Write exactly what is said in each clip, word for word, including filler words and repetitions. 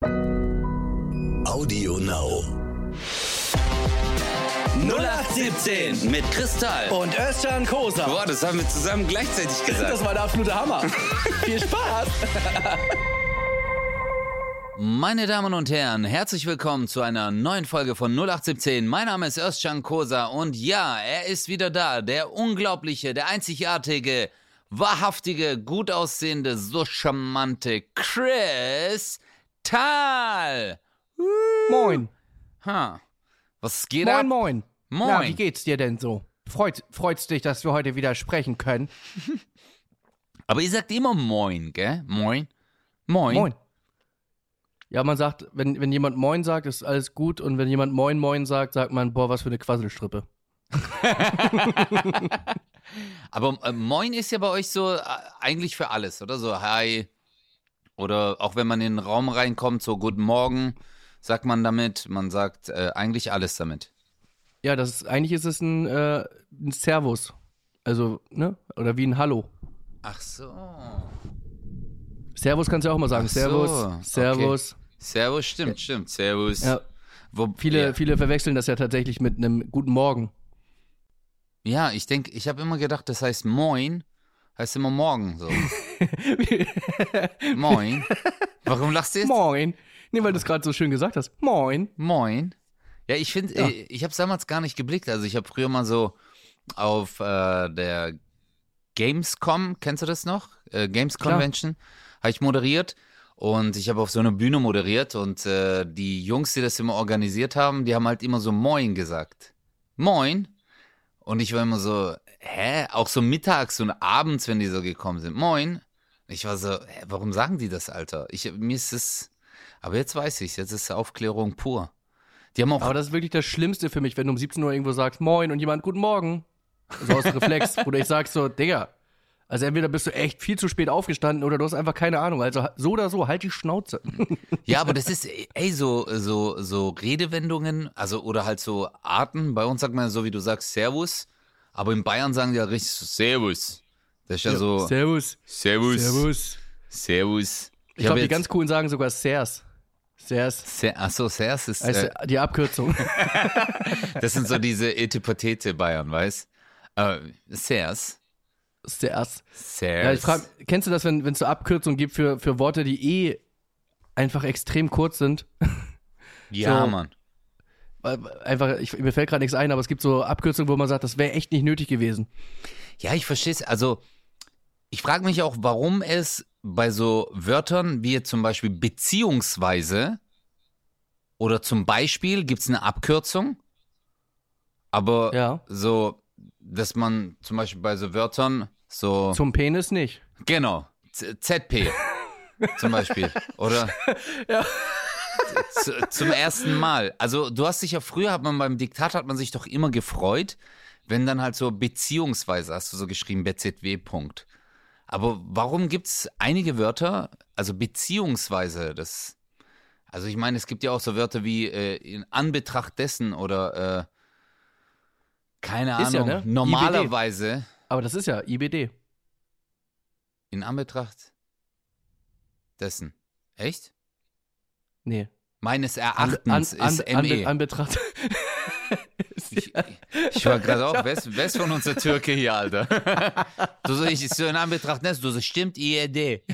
Audio Now. null acht siebzehn mit Kristall und Özcan Kosa. Boah, das haben wir zusammen gleichzeitig gesagt. Das war der absolute Hammer. Viel Spaß. Meine Damen und Herren, herzlich willkommen zu einer neuen Folge von null acht siebzehn. Mein Name ist Özcan Kosa und ja, er ist wieder da. Der unglaubliche, der einzigartige, wahrhaftige, gut aussehende, so charmante Chris Tal. Moin. Ha. Was geht Moin, ab? moin. Moin. Ja, wie geht's dir denn so? Freut, freut's dich, dass wir heute wieder sprechen können? Aber ihr sagt immer Moin, gell? Moin. Moin. Moin. Ja, man sagt, wenn, wenn jemand Moin sagt, ist alles gut. Und wenn jemand Moin, Moin sagt, sagt man, boah, was für eine Quasselstrippe. Aber äh, Moin ist ja bei euch so äh, eigentlich für alles, oder? So Hi. Oder auch wenn man in den Raum reinkommt, so Guten Morgen, sagt man damit. Man sagt äh, eigentlich alles damit. Ja, das ist, eigentlich ist es ein, äh, ein Servus. Also, ne? Oder wie ein Hallo. Ach so. Servus kannst du auch mal sagen. Ach so, Servus, Servus. Okay. Servus, stimmt, stimmt. Servus. Ja. Wo, Viele, ja. viele verwechseln das ja tatsächlich mit einem Guten Morgen. Ja, ich denke, ich habe immer gedacht, das heißt Moin, heißt immer morgen so. Moin. Warum lachst du jetzt? Moin. Nee, weil du es gerade so schön gesagt hast. Moin. Moin. Ja, ich finde, Ja. ich, ich habe es damals gar nicht geblickt. Also ich habe früher mal so auf äh, der Gamescom, kennst du das noch? Äh, Games Klar. Convention, habe ich moderiert. Und ich habe auf so einer Bühne moderiert und äh, die Jungs, die das immer organisiert haben, die haben halt immer so Moin gesagt. Moin. Und ich war immer so, hä? Auch so mittags und abends, wenn die so gekommen sind. Moin. Ich war so, hä, warum sagen die das, Alter? Ich, mir ist es, aber jetzt weiß ich, jetzt ist Aufklärung pur. Die haben auch, Aber das ist wirklich das Schlimmste für mich, wenn du um siebzehn Uhr irgendwo sagst, Moin und jemand Guten Morgen. So aus Reflex, wo ich sag so, Digga, also entweder bist du echt viel zu spät aufgestanden oder du hast einfach keine Ahnung. Also so oder so, halt die Schnauze. ja, aber das ist, ey, so, so, so Redewendungen, also, oder halt so Arten. Bei uns sagt man so, wie du sagst, Servus. Aber in Bayern sagen die ja richtig so, Servus. Das ist ja, so, Servus. Servus. Servus. Servus. Ich glaube, die ganz coolen sagen sogar Sers. Sers. Ser, achso, Sers ist, Also äh, die Abkürzung. das sind so diese Etipatete Bayern, weißt? Äh, Sers. Sers. Sers. Ja, ich frage, kennst du das, wenn es so Abkürzungen gibt für, für Worte, die eh einfach extrem kurz sind? Ja, so. Mann. Einfach, ich, mir fällt gerade nichts ein, aber es gibt so Abkürzungen, wo man sagt, das wäre echt nicht nötig gewesen. Ja, ich verstehe es. Also, ich frage mich auch, warum es bei so Wörtern wie jetzt zum Beispiel beziehungsweise oder zum Beispiel gibt es eine Abkürzung, aber Ja. so, dass man zum Beispiel bei so Wörtern so, Zum Penis nicht. genau, Z- ZP zum Beispiel, oder? Ja. Z- zum ersten Mal. Also du hast dich ja früher, hat man beim Diktat, hat man sich doch immer gefreut, wenn dann halt so beziehungsweise, hast du so geschrieben, B Z W, Punkt. Aber warum gibt es einige Wörter, also beziehungsweise, das, also ich meine, es gibt ja auch so Wörter wie äh, in Anbetracht dessen oder äh, keine Ist ja, Ahnung, ne? normalerweise Aber das ist ja I B D. in Anbetracht dessen. Echt? Nee. Meines An, Erachtens an, an, ist an, M E. an Betracht. Ich, ich war gerade auch, wer ist, wer ist von uns der Türke hier, Alter? Du so, ich so in Anbetracht dessen, du so, stimmt, I E D.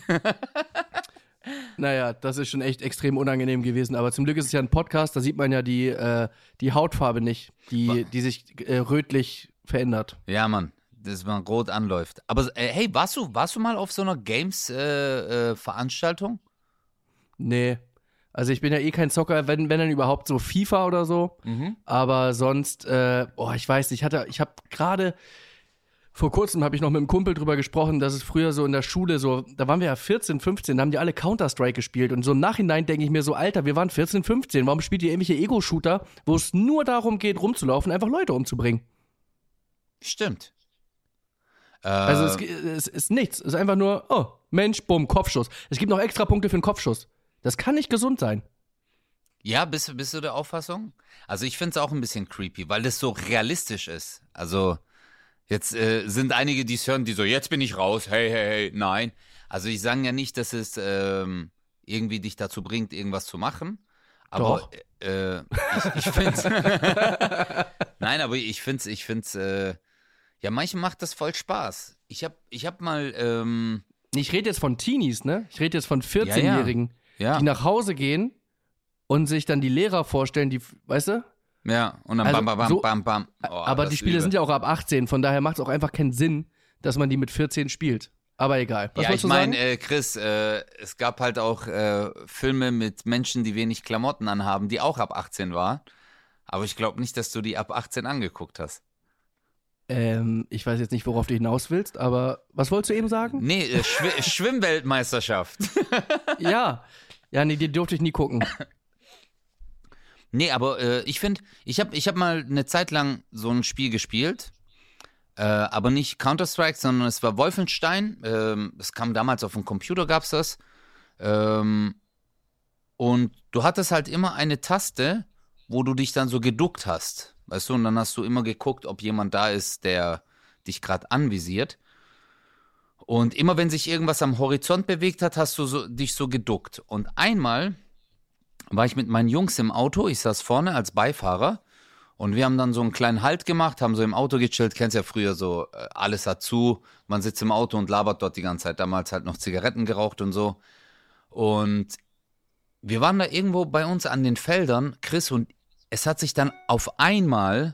Naja, das ist schon echt extrem unangenehm gewesen. Aber zum Glück ist es ja ein Podcast, da sieht man ja die, äh, die Hautfarbe nicht, die, die sich äh, rötlich verändert. Ja, Mann, dass man rot anläuft. Aber äh, hey, warst du, warst du mal auf so einer Games-Veranstaltung? Nee. Also ich bin ja eh kein Zocker, wenn, wenn dann überhaupt so FIFA oder so. Mhm. Aber sonst, äh, boah, ich weiß nicht, ich hatte, ich habe gerade vor kurzem habe ich noch mit einem Kumpel drüber gesprochen, dass es früher so in der Schule so, da waren wir ja vierzehn, fünfzehn, da haben die alle Counter-Strike gespielt und so im Nachhinein denke ich mir so, Alter, wir waren vierzehn, fünfzehn, warum spielt ihr irgendwelche Ego-Shooter, wo es nur darum geht, rumzulaufen, einfach Leute umzubringen? Stimmt. Äh, Also es, es ist nichts, es ist einfach nur, oh, Mensch, bumm, Kopfschuss. Es gibt noch extra Punkte für einen Kopfschuss. Das kann nicht gesund sein. Ja, bist, bist du der Auffassung? Also ich finde es auch ein bisschen creepy, weil das so realistisch ist. Also jetzt äh, sind einige, die es hören, die so, jetzt bin ich raus, hey, hey, hey, nein. Also ich sage ja nicht, dass es, ähm, irgendwie dich dazu bringt, irgendwas zu machen. Aber Doch. Äh, ich, ich finde Nein, aber ich finde ich finde äh, ja, manchen macht das voll Spaß. Ich habe ich hab mal, ähm, Ich rede jetzt von Teenies, ne? Ich rede jetzt von vierzehnjährigen, ja, die nach Hause gehen und sich dann die Lehrer vorstellen, die, weißt du? ja, und dann Also bam, bam, bam, so- bam, bam. Oh, Aber das die Spiele übel. sind ja auch ab achtzehn, von daher macht es auch einfach keinen Sinn, dass man die mit vierzehn spielt. Aber egal. Was Ja, wolltest ich du sagen? meine, äh, Chris, äh, es gab halt auch äh, Filme mit Menschen, die wenig Klamotten anhaben, die auch ab achtzehn waren. Aber ich glaube nicht, dass du die ab achtzehn angeguckt hast. Ähm, ich weiß jetzt nicht, worauf du hinaus willst, aber was wolltest du eben sagen? Nee, äh, Schw Schwimmweltmeisterschaft. Ja. Ja, nee, die durfte ich nie gucken. Nee, aber äh, ich finde, ich habe ich hab mal eine Zeit lang so ein Spiel gespielt. Äh, aber nicht Counter-Strike, sondern es war Wolfenstein. Ähm, es kam damals auf dem Computer, gab's das. Ähm, und du hattest halt immer eine Taste, wo du dich dann so geduckt hast. Weißt du, und dann hast du immer geguckt, ob jemand da ist, der dich gerade anvisiert. Und immer wenn sich irgendwas am Horizont bewegt hat, hast du so, dich so geduckt. Und einmal war ich mit meinen Jungs im Auto, ich saß vorne als Beifahrer. Und wir haben dann so einen kleinen Halt gemacht, haben so im Auto gechillt, kennst ja früher so, äh, alles hat zu, man sitzt im Auto und labert dort die ganze Zeit, damals halt noch Zigaretten geraucht und so. Und wir waren da irgendwo bei uns an den Feldern, Chris, und es hat sich dann auf einmal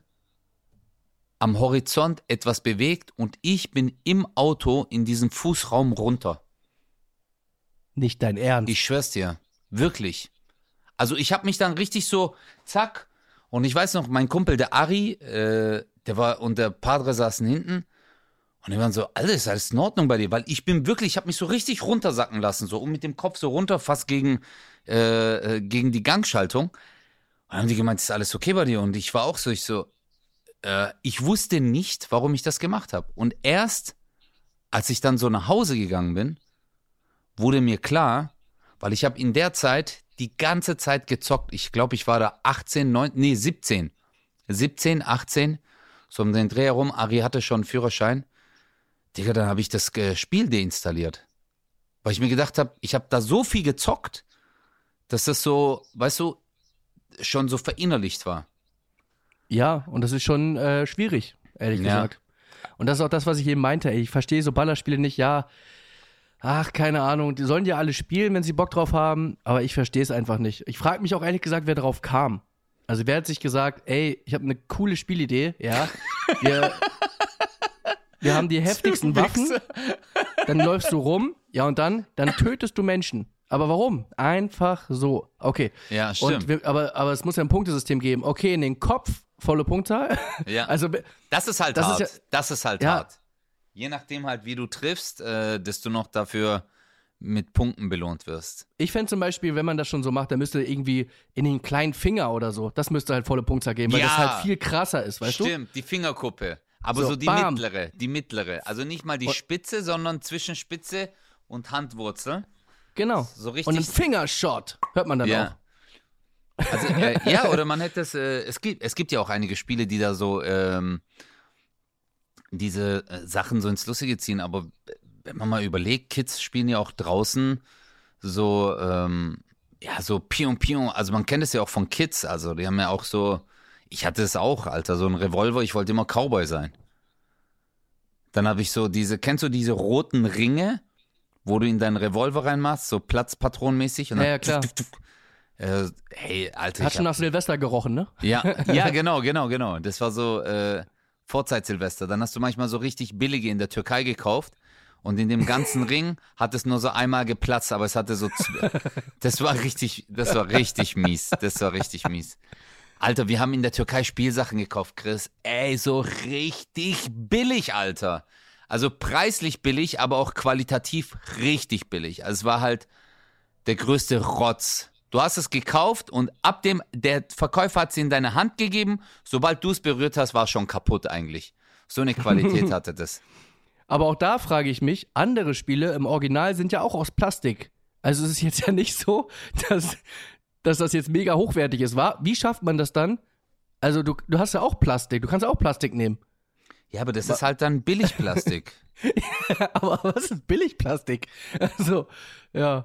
am Horizont etwas bewegt und ich bin im Auto in diesem Fußraum runter. Nicht dein Ernst. Ich schwör's dir, wirklich. Also ich habe mich dann richtig so, zack. Und ich weiß noch, mein Kumpel, der Ari, äh, der war und der Padre saßen hinten und die waren so, alles ist alles in Ordnung bei dir, weil ich bin wirklich, ich habe mich so richtig runtersacken lassen, so und mit dem Kopf so runter, fast gegen, äh, äh, gegen die Gangschaltung. Und dann haben die gemeint, ist alles okay bei dir? Und ich war auch so, ich so, äh, ich wusste nicht, warum ich das gemacht habe. Und erst, als ich dann so nach Hause gegangen bin, wurde mir klar, weil ich habe in der Zeit die ganze Zeit gezockt. Ich glaube, ich war da achtzehn, neunzehn, nee, siebzehn. siebzehn, achtzehn, so um den Dreh herum. Ari hatte schon einen Führerschein. Digga, dann habe ich das äh, Spiel deinstalliert. Weil ich mir gedacht habe, ich habe da so viel gezockt, dass das so, weißt du, schon so verinnerlicht war. Ja, und das ist schon äh, schwierig, ehrlich Ja. gesagt. Und das ist auch das, was ich eben meinte. Ey. Ich verstehe so Ballerspiele nicht, ja, ach, keine Ahnung, die sollen ja alle spielen, wenn sie Bock drauf haben, aber ich verstehe es einfach nicht. Ich frage mich auch ehrlich gesagt, wer drauf kam. Also wer hat sich gesagt, ey, ich habe eine coole Spielidee, ja, wir, wir haben die heftigsten Waffen, dann läufst du rum, ja und dann, dann tötest du Menschen. Aber warum? Einfach so. Okay. Ja, stimmt. Und wir, aber, aber es muss ja ein Punktesystem geben. Okay, in den Kopf, volle Punktzahl. Ja. Also Das ist halt Das ist hart. ja- das ist halt Ja. hart. Je nachdem halt, wie du triffst, äh, desto noch dafür mit Punkten belohnt wirst. ich fände zum Beispiel, wenn man das schon so macht, dann müsste irgendwie in den kleinen Finger oder so, das müsste halt volle Punktzahl geben, weil Ja. das halt viel krasser ist, weißt du? Stimmt, die Fingerkuppe. Aber So, so, die bam. mittlere, die mittlere. Also nicht mal die Und- Spitze, sondern zwischen Spitze und Handwurzel. Genau. So richtig- Und ein Fingershot hört man dann Ja. auch. Also, äh, ja, oder man hätte es, äh, es gibt, es gibt ja auch einige Spiele, die da so ähm, diese äh, Sachen so ins Lustige ziehen, aber wenn man mal überlegt, Kids spielen ja auch draußen so, ähm, ja, so Pion Pion, also man kennt es ja auch von Kids, also die haben ja auch so, ich hatte es auch, Alter, so ein Revolver, ich wollte immer Cowboy sein. Dann habe ich so diese, kennst du diese roten Ringe, wo du in deinen Revolver reinmachst, so platzpatronenmäßig? Und dann Ja, ja, klar. tuff, tuff, tuff. Äh, hey, Alter, Hat ich schon hab, nach Silvester gerochen, ne? ja, ja, genau, genau, genau. Das war so äh, Vorzeit-Silvester. Dann hast du manchmal so richtig billige in der Türkei gekauft und in dem ganzen Ring hat es nur so einmal geplatzt, aber es hatte so, z- das war richtig, das war richtig mies, das war richtig mies. Alter, wir haben in der Türkei Spielsachen gekauft, Chris. Ey, so richtig billig, Alter. Also preislich billig, aber auch qualitativ richtig billig. Also es war halt der größte Rotz. Du hast es gekauft und ab dem, der Verkäufer hat sie in deine Hand gegeben. Sobald du es berührt hast, war es schon kaputt eigentlich. So eine Qualität hatte das. Aber auch da frage ich mich, andere Spiele im Original sind ja auch aus Plastik. Also es ist jetzt ja nicht so, dass, dass das jetzt mega hochwertig ist. War? Wie schafft man das dann? Also du, du hast ja auch Plastik, du kannst auch Plastik nehmen. Ja, aber das ist halt dann Billigplastik. Aber was ist Billigplastik? Also, ja.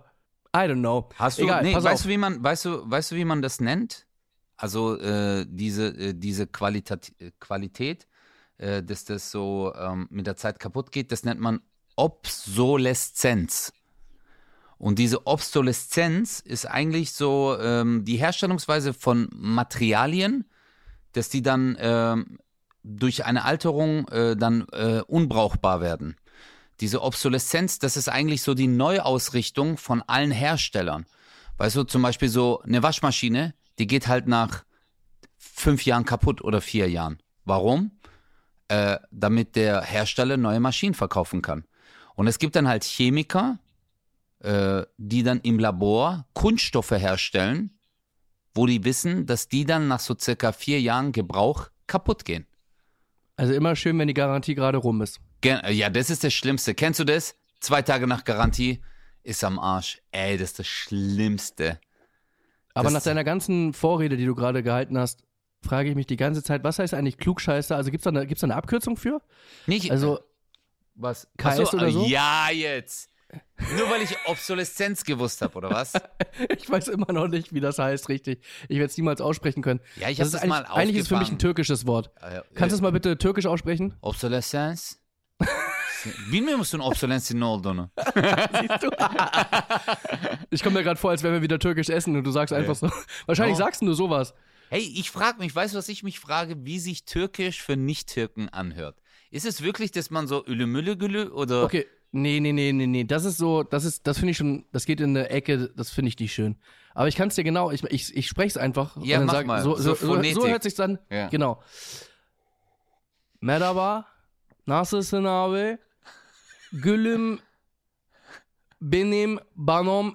I don't know. Hast du, Egal, nee, pass weißt auf. du, wie man, weißt du, weißt du, wie man das nennt? Also äh, diese, äh, diese Qualitat Qualität, äh, dass das so ähm, mit der Zeit kaputt geht, das nennt man Obsoleszenz. Und diese Obsoleszenz ist eigentlich so ähm, die Herstellungsweise von Materialien, dass die dann ähm, durch eine Alterung äh, dann äh, unbrauchbar werden. Diese Obsoleszenz, das ist eigentlich so die Neuausrichtung von allen Herstellern. Weißt du, zum Beispiel so eine Waschmaschine, die geht halt nach fünf Jahren kaputt oder vier Jahren. Warum? Äh, damit der Hersteller neue Maschinen verkaufen kann. Und es gibt dann halt Chemiker, äh, die dann im Labor Kunststoffe herstellen, wo die wissen, dass die dann nach so circa vier Jahren Gebrauch kaputt gehen. Also immer schön, wenn die Garantie gerade rum ist. Gen- Ja, das ist das Schlimmste. Kennst du das? Zwei Tage nach Garantie ist am Arsch. Ey, das ist das Schlimmste. Aber Das- nach deiner ganzen Vorrede, die du gerade gehalten hast, frage ich mich die ganze Zeit, was heißt eigentlich Klugscheißer? Also gibt es da, eine- gibt's da eine Abkürzung für? Nicht, Also, was? K S Ach so, oder so? Ja, jetzt. Nur weil ich Obsoleszenz gewusst habe, oder was? ich weiß immer noch nicht, wie das heißt, richtig. Ich werde es niemals aussprechen können. Ja, ich Das habe ist das mal eigentlich, eigentlich ist es für mich ein aufgefangen. türkisches Wort. Äh, Kannst du es mal bitte türkisch aussprechen? Obsoleszenz? Bilmiyor musun Obsolescenz'in ne olduğunu? Siehst du? ich komme mir gerade vor, als wenn wir wieder türkisch essen und du sagst einfach so. Wahrscheinlich Ja. sagst du nur sowas. Hey, ich frage mich, weißt du, was ich mich frage, wie sich Türkisch für Nicht-Türken anhört? Ist es wirklich, dass man so Ülümülügülü oder... Okay, nee, nee, nee, nee, nee. Das ist so, das ist, das finde ich schon, das geht in eine Ecke, das finde ich nicht schön. Aber ich kann es dir genau, ich, ich, ich spreche es einfach. Ja, und dann mach sag, mal. So, So so, so, Phonetik. so hört sich dann, Ja. genau. Merhaba, nasılsın abi? Gülüm benim banom.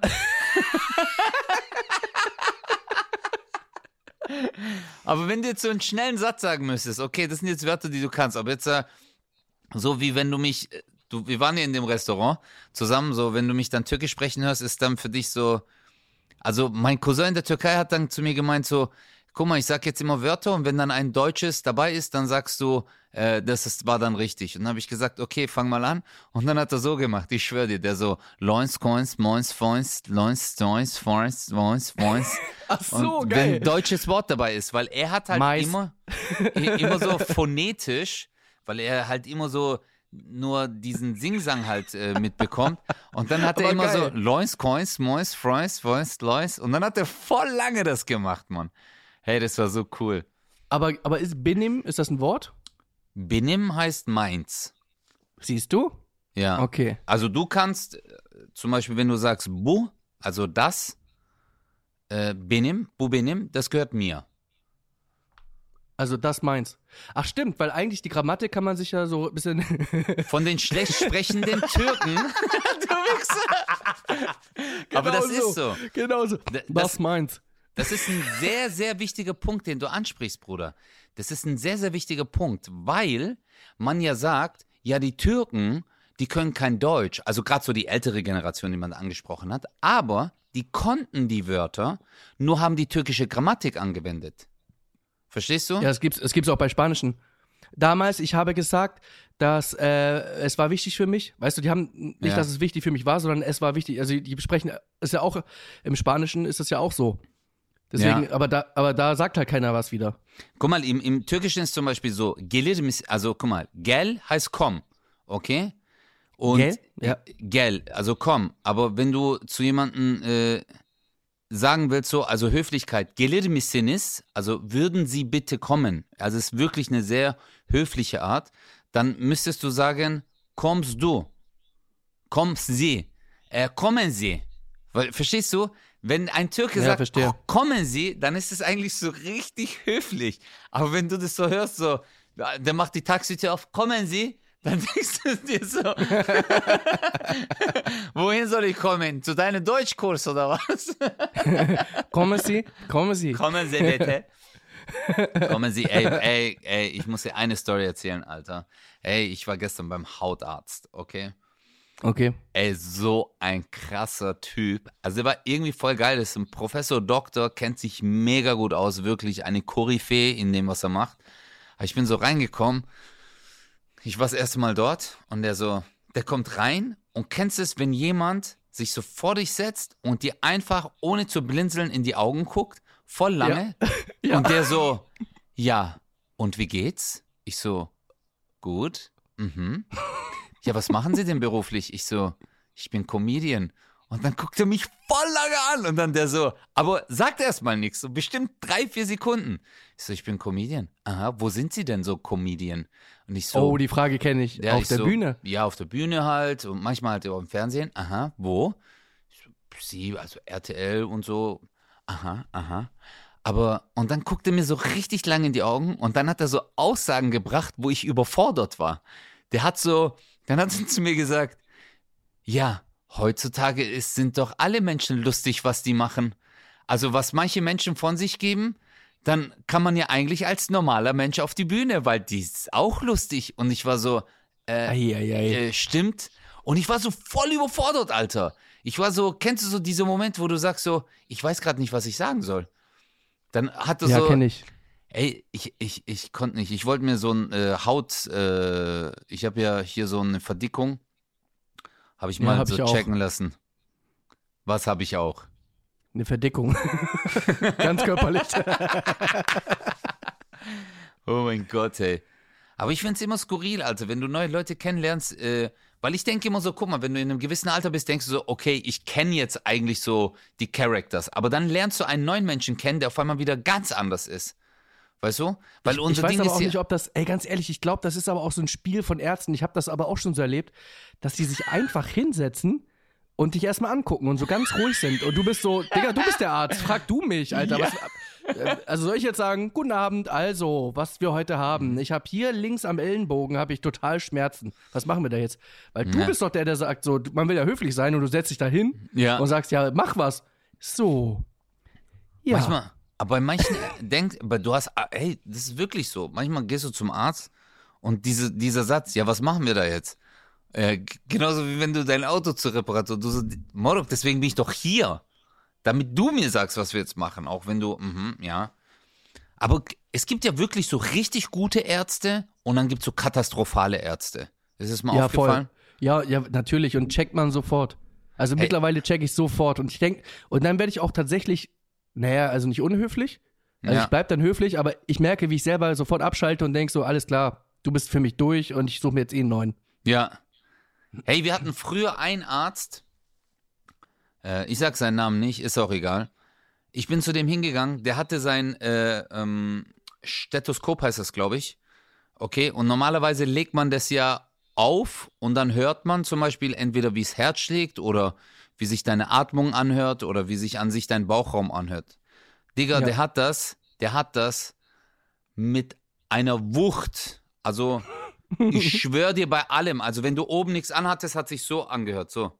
Aber wenn du jetzt so einen schnellen Satz sagen müsstest, okay, das sind jetzt Wörter, die du kannst, aber jetzt äh, so wie wenn du mich, äh, du, wir waren ja in dem Restaurant zusammen, so wenn du mich dann Türkisch sprechen hörst, ist dann für dich so, also mein Cousin in der Türkei hat dann zu mir gemeint so, guck mal, ich sag jetzt immer Wörter und wenn dann ein Deutsches dabei ist, dann sagst du, äh, das ist, war dann richtig. Und dann habe ich gesagt, okay, fang mal an. Und dann hat er so gemacht, ich schwöre dir, der so, Loins, Coins, Moins, Foins, Loins, Stoins, Foins, Loins, Foins. Ach so, Und geil. wenn ein deutsches Wort dabei ist, weil er hat halt Mais. immer, i- immer so phonetisch, weil er halt immer so nur diesen Singsang halt äh, mitbekommt. Und dann hat er Aber immer geil. so Loins, Coins, Moins, Froins, Foins, Lois. Und dann hat er voll lange das gemacht, Mann. Hey, das war so cool. Aber, aber ist Benim, ist das ein Wort? Benim heißt meins. Siehst du? Ja. Okay. Also du kannst, äh, zum Beispiel, wenn du sagst bu, also das, äh, benim, bu benim, das gehört mir. Also das meins. Ach stimmt, weil eigentlich die Grammatik kann man sich ja so ein bisschen. Von den schlecht sprechenden Türken. Du Wichser. Aber das Genau ist so. Genau so. das- Das meins. Das ist ein sehr, sehr wichtiger Punkt, den du ansprichst, Bruder. Das ist ein sehr, sehr wichtiger Punkt, weil man ja sagt, ja, die Türken, die können kein Deutsch. Also gerade so die ältere Generation, die man angesprochen hat. Aber die konnten die Wörter, nur haben die türkische Grammatik angewendet. Verstehst du? Ja, es gibt's, es gibt's auch bei Spanischen. Damals, ich habe gesagt, dass äh, es war wichtig für mich. Weißt du, die haben nicht, Ja. dass es wichtig für mich war, sondern es war wichtig. Also die besprechen, ist ja auch im Spanischen ist es ja auch so. Deswegen, Ja. aber da, aber da sagt halt keiner was wieder. Guck mal, im, im Türkischen ist zum Beispiel so, gelir mis, also guck mal, gel heißt komm, okay? Und Gel? Ja. gel, also komm. Aber wenn du zu jemandem äh, sagen willst, so, also Höflichkeit, gelir misiniz, also würden Sie bitte kommen, also es ist wirklich eine sehr höfliche Art, dann müsstest du sagen, kommst du, kommst Sie, äh, kommen Sie. Weil, verstehst du? Wenn ein Türke Ja, sagt, verstehe. "Ko- kommen Sie, dann ist es eigentlich so richtig höflich. Aber wenn du das so hörst, so, ja, der macht die Taxitür auf, kommen Sie, dann denkst du dir so, wohin soll ich kommen? Zu deinem Deutschkurs oder was? Kommen Sie, kommen Sie. Kommen Sie bitte. Kommen Sie, ey, ey, ey, ich muss dir eine Story erzählen, Alter. Ey, ich war gestern beim Hautarzt, okay? Okay. Ey, so ein krasser Typ. Also der war irgendwie voll geil. Das ist ein Professor, Doktor, kennt sich mega gut aus, wirklich eine Koryphäe in dem, was er macht. Aber ich bin so reingekommen, ich war das erste Mal dort und der so, der kommt rein und kennst es, wenn jemand sich so vor dich setzt und dir einfach, ohne zu blinzeln, in die Augen guckt, voll lange. Ja. Ja. Und der so, ja, und wie geht's? Ich so, gut. Mhm. Ja, was machen Sie denn beruflich? Ich so, ich bin Comedian. Und dann guckt er mich voll lange an und dann der so, aber sagt erst mal nichts, so bestimmt drei, vier Sekunden. Ich so, ich bin Comedian. Aha, wo sind Sie denn so Comedian? Und ich so, Oh, die Frage kenne ich. ja, Auf ich der so, Bühne. Ja, auf der Bühne halt und manchmal halt auch im Fernsehen. Aha, wo? Ich so, Sie, also R T L und so. Aha, aha. Aber, und dann guckt er mir so richtig lang in die Augen und dann hat er so Aussagen gebracht, wo ich überfordert war. Der hat so, dann hat er zu mir gesagt, ja, heutzutage ist, sind doch alle Menschen lustig, was die machen. Also was manche Menschen von sich geben, dann kann man ja eigentlich als normaler Mensch auf die Bühne, weil die ist auch lustig. Und ich war so, äh, Ei, ei, ei. äh stimmt. Und ich war so voll überfordert, Alter. Ich war so, kennst du so diese Momente, wo du sagst so, ich weiß gerade nicht, was ich sagen soll. Dann hat er Ja, so, kenne ich. ey, ich, ich, ich konnte nicht. Ich wollte mir so ein äh, Haut, äh, ich habe ja hier so eine Verdickung, habe ich Ja, mal hab so ich auch. checken lassen. Was habe ich auch? Eine Verdickung. Ganz körperlich. Oh mein Gott, ey. Aber ich finde es immer skurril, also wenn du neue Leute kennenlernst, äh, weil ich denke immer so, guck mal, wenn du in einem gewissen Alter bist, denkst du so, okay, ich kenne jetzt eigentlich so die Characters, aber dann lernst du einen neuen Menschen kennen, der auf einmal wieder ganz anders ist. Weißt du? Weil Ich unser weiß Ding aber ist auch ja, nicht, ob das, ey, ganz ehrlich, ich glaube, das ist aber auch so ein Spiel von Ärzten. Ich habe das aber auch schon so erlebt, dass die sich einfach hinsetzen und dich erstmal angucken und so ganz ruhig sind. Und du bist so, Digga, du bist der Arzt, frag du mich, Alter. Ja. Was, äh, also soll ich jetzt sagen, guten Abend, also, was wir heute haben. Ich habe hier links am Ellenbogen, habe ich total Schmerzen. Was machen wir da jetzt? Weil du Ja. bist doch der, der sagt so, man will ja höflich sein und du setzt dich da hin Ja. und sagst, ja, mach was. So. Ja. manchmal, aber bei manchen äh, denkt, aber du hast, ah, hey, das ist wirklich so. Manchmal gehst du zum Arzt und diese, dieser Satz, ja, was machen wir da jetzt? Äh, g- genauso wie wenn du dein Auto zur Reparatur, du so, Morok, deswegen bin ich doch hier. Damit du mir sagst, was wir jetzt machen, auch wenn du, mhm, ja. Aber g- es gibt ja wirklich so richtig gute Ärzte und dann gibt es so katastrophale Ärzte. Ist es mal Ja, aufgefallen? voll. Ja, ja, natürlich. Und checkt man sofort. Also Hey. mittlerweile check ich sofort. Und ich denke, und dann werde ich auch tatsächlich, naja, also nicht unhöflich. Also Ja. ich bleib dann höflich, aber ich merke, wie ich selber sofort abschalte und denke so, alles klar, du bist für mich durch und ich suche mir jetzt eh einen neuen. Ja. Hey, wir hatten früher einen Arzt, äh, ich sag seinen Namen nicht, ist auch egal. Ich bin zu dem hingegangen, der hatte sein äh, ähm, Stethoskop, heißt das, glaube ich. Okay, und normalerweise legt man das ja auf und dann hört man zum Beispiel entweder, wie das Herz schlägt oder wie sich deine Atmung anhört oder wie sich an sich dein Bauchraum anhört. Digga, Ja. der hat das, der hat das mit einer Wucht, also ich schwöre dir bei allem, also wenn du oben nichts anhattest, hat sich so angehört, so.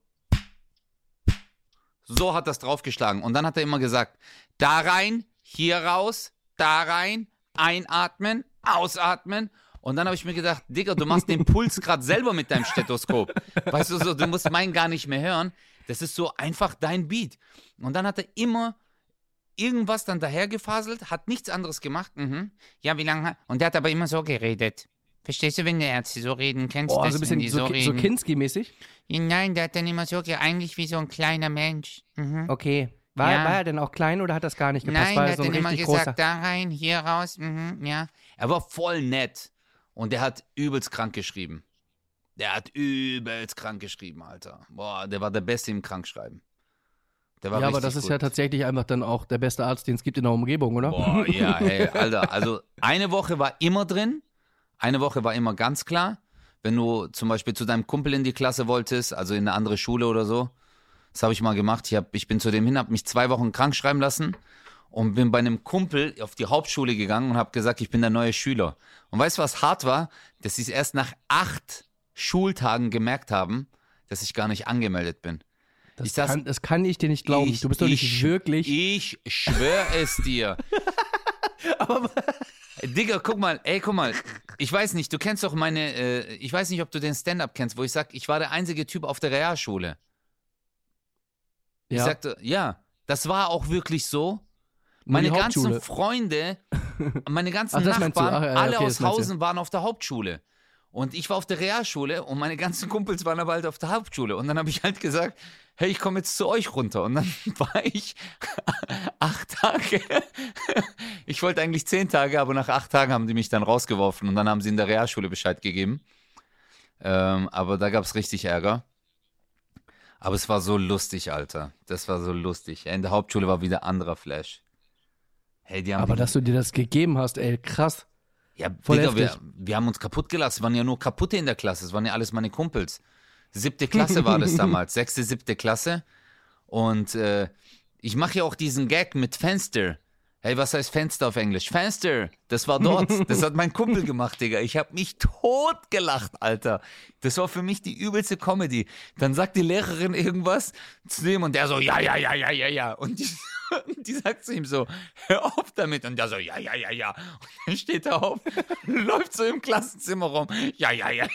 So hat das draufgeschlagen. Und dann hat er immer gesagt, da rein, hier raus, da rein, einatmen, ausatmen. Und dann habe ich mir gedacht, Digga, du machst den Puls gerade selber mit deinem Stethoskop. Weißt du, so, du musst meinen gar nicht mehr hören. Das ist so einfach dein Beat. Und dann hat er immer irgendwas dann dahergefaselt, hat nichts anderes gemacht. Mhm. Ja, wie lange? Und der hat aber immer so geredet. Verstehst du, wenn die Ärzte so reden? Kennst du Oh, das, so ein wenn bisschen die so, so, so reden? Kinski-mäßig. Ja, nein, der hat dann immer so ge- eigentlich wie so ein kleiner Mensch. Mhm. Okay. War, Ja. war er denn auch klein oder hat das gar nicht gepasst? Nein, war der er hat so ein dann immer richtig gesagt, großer? da rein, hier raus, mhm, ja. Er war voll nett. Und der hat übelst krank geschrieben. Der hat übelst krank geschrieben, Alter. Boah, der war der Beste im Krankschreiben. Der war Ja, aber richtig das ist gut. ja tatsächlich einfach dann auch der beste Arzt, den es gibt in der Umgebung, oder? Boah, ja, hey, Alter. Also eine Woche war immer drin. Eine Woche war immer ganz klar. Wenn du zum Beispiel zu deinem Kumpel in die Klasse wolltest, also in eine andere Schule oder so. Das habe ich mal gemacht. Ich, hab, ich bin zu dem hin, habe mich zwei Wochen krank schreiben lassen und bin bei einem Kumpel auf die Hauptschule gegangen und habe gesagt, ich bin der neue Schüler. Und weißt du, was hart war? Dass sie es erst nach acht Schultagen gemerkt haben, dass ich gar nicht angemeldet bin. Das, Ich saß- kann, das kann ich dir nicht glauben. Ich- du bist doch nicht ich- wirklich. Ich schwöre es dir. Digga, guck mal, ey, guck mal. Ich weiß nicht, du kennst doch meine, äh, ich weiß nicht, ob du den Stand-Up kennst, wo ich sag, ich war der einzige Typ auf der Realschule. Ich ja. sagte, ja, das war auch wirklich so. Nur die Meine ganzen Hauptschule. Freunde, meine ganzen Ach, das meinst du? Nachbarn, Ach, ja, ja, alle okay, aus das meinst du. Hausen waren auf der Hauptschule. Und ich war auf der Realschule und meine ganzen Kumpels waren aber halt auf der Hauptschule. Und dann habe ich halt gesagt, hey, ich komme jetzt zu euch runter. Und dann war ich acht Tage, ich wollte eigentlich zehn Tage, aber nach acht Tagen haben die mich dann rausgeworfen. Und dann haben sie in der Realschule Bescheid gegeben. Ähm, aber da gab es richtig Ärger. Aber es war so lustig, Alter. Das war so lustig. In der Hauptschule war wieder anderer Flash. Hey, die haben Aber die, dass du dir das gegeben hast, ey, krass. ja, voll Digga, wir, heftig. wir haben uns kaputt gelassen. Es waren ja nur Kaputte in der Klasse. Es waren ja alles meine Kumpels. Siebte Klasse war das damals. Sechste, siebte Klasse. Und äh, ich mache ja auch diesen Gag mit Fenster. Hey, was heißt Fenster auf Englisch? Fenster. Das war dort. Das hat mein Kumpel gemacht, Digga. Ich habe mich totgelacht, Alter. Das war für mich die übelste Comedy. Dann sagt die Lehrerin irgendwas zu dem und der so, ja, ja, ja, ja, ja, ja. Und die, die sagt zu ihm so, hör auf damit. Und der so, ja, ja, ja, ja. Und dann steht er auf, läuft so im Klassenzimmer rum. Ja, ja, ja.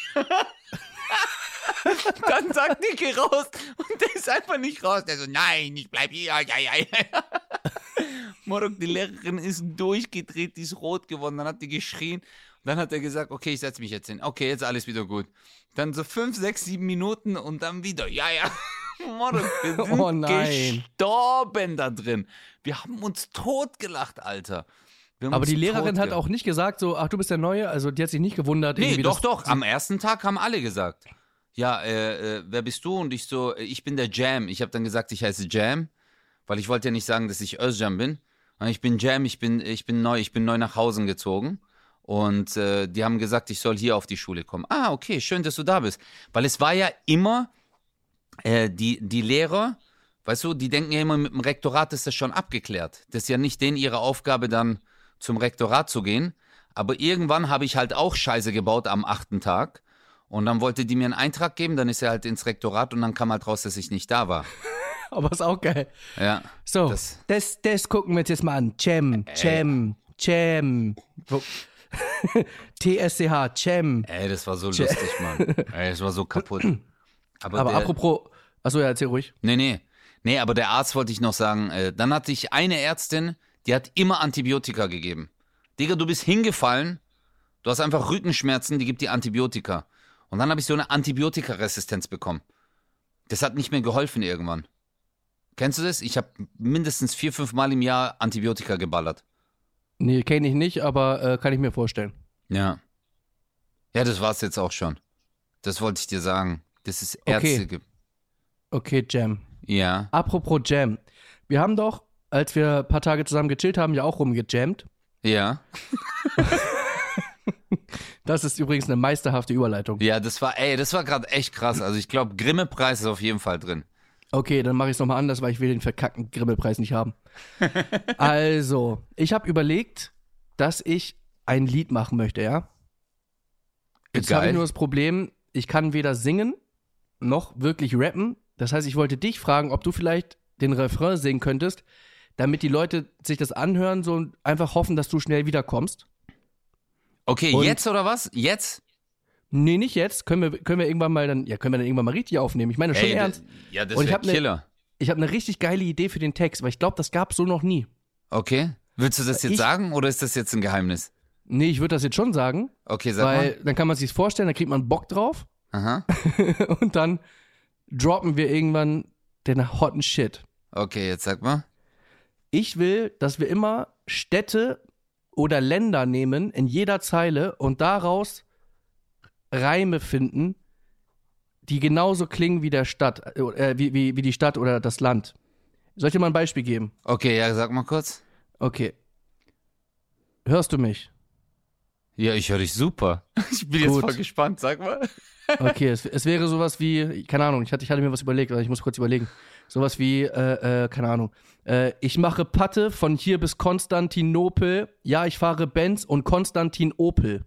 Dann sagt die, geh raus. Und der ist einfach nicht raus. Der so, nein, ich bleib hier. Ja, ja, ja. Morok, die Lehrerin ist durchgedreht, die ist rot geworden. Dann hat die geschrien. Und dann hat er gesagt, okay, ich setze mich jetzt hin. Okay, jetzt alles wieder gut. Dann so fünf, sechs, sieben Minuten und dann wieder. Ja, ja. Morok, wir sind Oh nein. gestorben da drin. Wir haben uns totgelacht, Alter. Wir haben Aber uns die Lehrerin hat totge- auch nicht gesagt, so, ach, du bist der Neue. Also die hat sich nicht gewundert. Nee, irgendwie, doch, dass- doch. Am ersten Tag haben alle gesagt. Ja, äh, äh, wer bist du? Und ich so, äh, ich bin der Jam. Ich habe dann gesagt, ich heiße Jam, weil ich wollte ja nicht sagen, dass ich Özcan bin. Ich bin Jam, ich bin, ich bin neu, ich bin neu nach Hause gezogen. Und äh, die haben gesagt, ich soll hier auf die Schule kommen. Ah, okay, schön, dass du da bist. Weil es war ja immer, äh, die, die Lehrer, weißt du, die denken ja immer, mit dem Rektorat ist das schon abgeklärt. Das ist ja nicht denen ihre Aufgabe, dann zum Rektorat zu gehen. Aber irgendwann habe ich halt auch Scheiße gebaut am achten Tag. Und dann wollte die mir einen Eintrag geben, dann ist er halt ins Rektorat und dann kam halt raus, dass ich nicht da war. Aber ist auch geil. Ja. So, Das- das, das, gucken wir uns jetzt mal an. Cem, Cem, Cem. Wo- T S C H, Cem. Ey, das war so lustig, Mann. Ey, das war so kaputt. Aber, Aber der, apropos, achso, ja, erzähl ruhig. Nee, nee. Nee, aber der Arzt wollte ich noch sagen, äh, dann hatte ich eine Ärztin, die hat immer Antibiotika gegeben. Digga, du bist hingefallen, du hast einfach Rückenschmerzen, die gibt dir Antibiotika. Und dann habe ich so eine Antibiotikaresistenz bekommen. Das hat nicht mehr geholfen irgendwann. Kennst du das? Ich habe mindestens vier, fünf Mal im Jahr Antibiotika geballert. Nee, kenne ich nicht, aber äh, kann ich mir vorstellen. Ja. Ja, das war's jetzt auch schon. Das wollte ich dir sagen. Das ist Okay. Ärzte. ge- Okay, Jam. Ja. Apropos Jam. Wir haben doch, als wir ein paar Tage zusammen gechillt haben, ja auch rumgejammt. Ja. Das ist übrigens eine meisterhafte Überleitung. Ja, das war, ey, das war gerade echt krass. Also ich glaube, Grimme-Preis ist auf jeden Fall drin. Okay, dann mache ich es nochmal anders, weil ich will den verkackten Grimmelpreis nicht haben. Also, ich habe überlegt, dass ich ein Lied machen möchte, ja? Jetzt habe ich Geil. nur das Problem, ich kann weder singen noch wirklich rappen. Das heißt, ich wollte dich fragen, ob du vielleicht den Refrain singen könntest, damit die Leute sich das anhören so und einfach hoffen, dass du schnell wiederkommst. Okay, Und- jetzt oder was? Jetzt? Nee, nicht jetzt. Können wir, können wir irgendwann mal dann, ja, können wir dann irgendwann mal richtig aufnehmen. Ich meine schon Ey, ernst. d- Ja, das Und ich wäre hab ne- Killer. Ich habe eine richtig geile Idee für den Text, weil ich glaube, das gab es so noch nie. Okay. Willst du das jetzt Ich- sagen oder ist das jetzt ein Geheimnis? Nee, ich würde das jetzt schon sagen, Okay, sag weil mal. dann kann man sich's vorstellen, dann kriegt man Bock drauf Aha. und dann droppen wir irgendwann den hotten Shit. Okay, jetzt sag mal. Ich will, dass wir immer Städte oder Länder nehmen in jeder Zeile und daraus Reime finden, die genauso klingen wie der Stadt, äh, wie, wie, wie die Stadt oder das Land. Soll ich dir mal ein Beispiel geben? Okay, ja, sag mal kurz. Okay. Hörst du mich? Ja, ich höre dich super. Ich bin jetzt Gut. voll gespannt, sag mal. Okay, es, es wäre sowas wie, keine Ahnung, ich hatte, ich hatte mir was überlegt, aber ich muss kurz überlegen. Sowas wie, äh, äh, keine Ahnung. Äh, ich mache Patte von hier bis Konstantinopel. Ja, ich fahre Benz und Konstantinopel.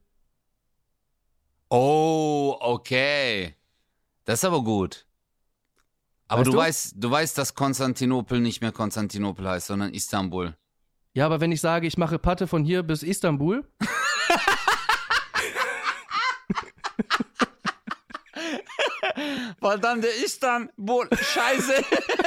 Oh, okay. Das ist aber gut. Aber Weißt du, du? weißt, du weißt, dass Konstantinopel nicht mehr Konstantinopel heißt, sondern Istanbul. Ja, aber wenn ich sage, ich mache Patte von hier bis Istanbul, Weil dann der Istanbul, scheiße.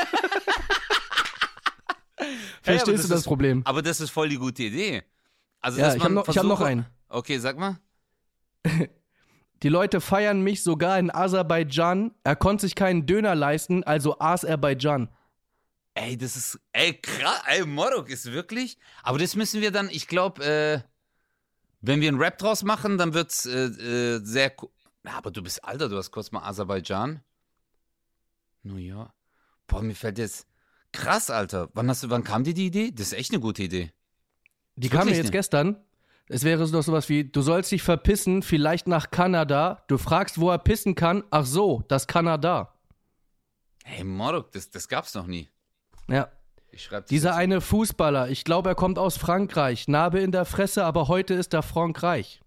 Hey, aber verstehst du das ist, Problem? Aber das ist voll die gute Idee. Also, Ja, dass ich man habe noch, ich hab noch versuche- einen. Okay, sag mal. Die Leute feiern mich sogar in Aserbaidschan. Er konnte sich keinen Döner leisten, also Aserbaidschan. Ey, das ist, ey, krass, ey, Morok ist wirklich, aber das müssen wir dann, ich glaube, äh, wenn wir einen Rap draus machen, dann wird's äh, äh, sehr, ja, aber du bist alter, du hast kurz mal Aserbaidschan. New York. Boah, mir fällt jetzt, krass, Alter, wann hast du, wann kam dir die Idee? Das ist echt eine gute Idee. Die kam mir jetzt ne? gestern. Es wäre doch sowas wie, du sollst dich verpissen, vielleicht nach Kanada. Du fragst, wo er pissen kann. Ach so, das Kanada. Hey, Morok, das, das gab's noch nie. Ja. Ich schreib das Dieser jetzt. eine Fußballer, ich glaube, er kommt aus Frankreich. Narbe in der Fresse, aber heute ist er Frankreich.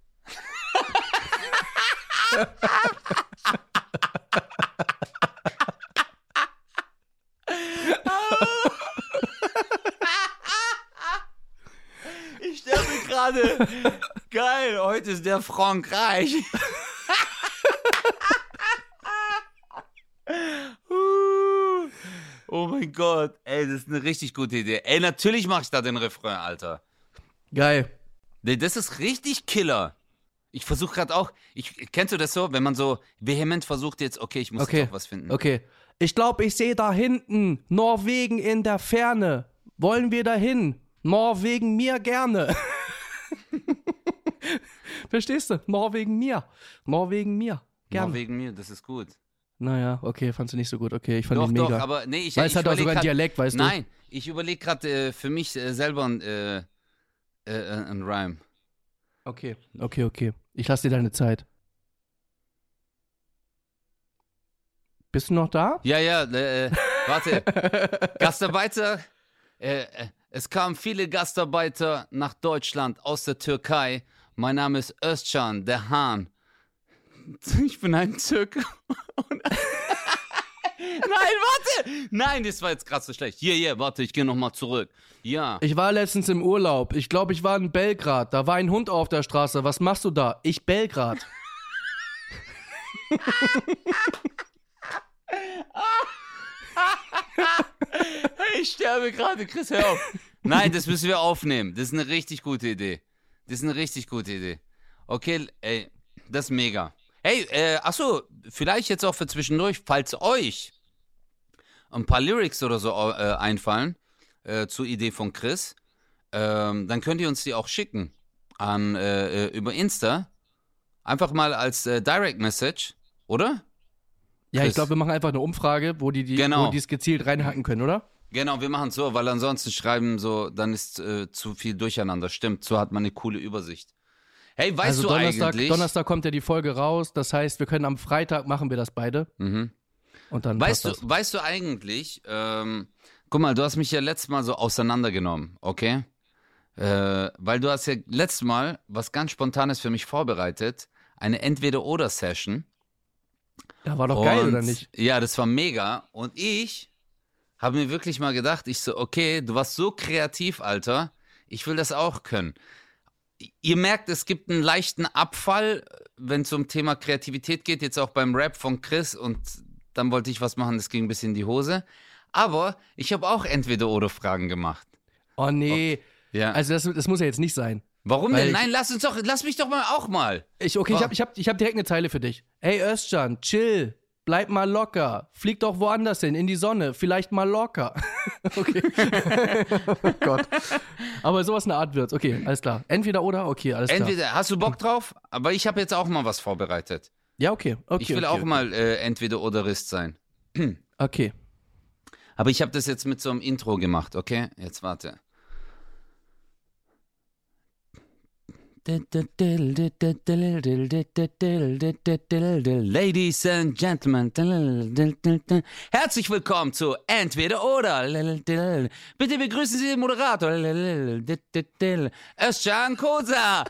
Ich sterbe gerade. Geil, heute ist der Frankreich. Oh mein Gott, ey, das ist eine richtig gute Idee. Ey, natürlich mach ich da den Refrain, Alter. Geil. Nee, das ist richtig Killer. Ich versuche gerade auch, ich, kennst du das so, wenn man so vehement versucht jetzt, okay, ich muss Okay. jetzt auch was finden. Okay. Ich glaube, ich sehe da hinten Norwegen in der Ferne. Wollen wir dahin? Norwegen mir gerne. Verstehst du? Norwegen mir. Norwegen mir. Gerne. Norwegen mir, das ist gut. Naja, okay, fandst du nicht so gut. Okay, ich fand Doch, ihn mega. doch, aber nee, ich, Weil ich es hat auch überleg sogar einen grad- Dialekt, weißt du? Nein, ich überlege gerade äh, für mich äh, selber ein, äh, äh, ein Rhyme. Okay, okay, okay. Ich lasse dir deine Zeit. Bist du noch da? Ja, ja, äh, warte. Gastarbeiter, äh, äh, es kamen viele Gastarbeiter nach Deutschland aus der Türkei. Mein Name ist Özcan, der Hahn. Ich bin ein Türke. Und Nein, warte! Nein, das war jetzt krass so schlecht. Hier, hier, warte, ich gehe nochmal zurück. Ja. Ich war letztens im Urlaub. Ich glaube, ich war in Belgrad. Da war ein Hund auf der Straße. Was machst du da? Ich Belgrad. Ich sterbe gerade, Chris, hör auf. Nein, das müssen wir aufnehmen. Das ist eine richtig gute Idee. Das ist eine richtig gute Idee. Okay, ey, das ist mega. Hey, äh, achso, vielleicht jetzt auch für zwischendurch, falls euch ein paar Lyrics oder so äh, einfallen äh, zur Idee von Chris, ähm, dann könnt ihr uns die auch schicken an äh, äh, über Insta. Einfach mal als äh, Direct Message, oder? Ja, Chris. ich glaube, wir machen einfach eine Umfrage, wo die die, Genau. wo die es gezielt reinhacken können, oder? Genau, wir machen es so, weil ansonsten schreiben so, dann ist äh, zu viel durcheinander. Stimmt, so hat man eine coole Übersicht. Hey, weißt also du Donnerstag, eigentlich? Donnerstag kommt ja die Folge raus. Das heißt, wir können am Freitag machen wir das beide. Mhm. Und dann Weißt du, passt das. weißt du eigentlich, ähm, guck mal, du hast mich ja letztes Mal so auseinandergenommen, okay? Äh, weil du hast ja letztes Mal was ganz Spontanes für mich vorbereitet, eine Entweder-Oder-Session. Ja, war doch Und, geil, oder nicht? Ja, das war mega. Und ich habe mir wirklich mal gedacht, ich so, okay, du warst so kreativ, Alter, ich will das auch können. Ihr merkt, es gibt einen leichten Abfall, wenn es um Thema Kreativität geht, jetzt auch beim Rap von Chris, und dann wollte ich was machen, das ging ein bisschen in die Hose. Aber ich habe auch Entweder-Oder-Fragen gemacht. Oh nee. Ja. Also das, das muss ja jetzt nicht sein. Warum weil denn? ich- Nein, lass uns doch, lass mich doch mal auch mal. Ich, okay, ich Wa- habe ich hab, ich hab direkt eine Zeile für dich. Hey Özcan, chill. Bleib mal locker. Flieg doch woanders hin, in die Sonne. Vielleicht mal locker. Okay. Oh Gott. Aber sowas in der Art wird's. Okay, alles klar. Entweder oder? Okay, alles klar. Entweder, hast du Bock drauf? Aber ich habe jetzt auch mal was vorbereitet. Ja, okay. okay Ich will okay, auch okay. mal äh, Entweder-Oder-Rist sein. Okay. Aber ich habe das jetzt mit so einem Intro gemacht, okay? Jetzt warte. Ladies and Gentlemen, herzlich willkommen zu Entweder oder. Bitte begrüßen Sie den Moderator, Özcan Kosa.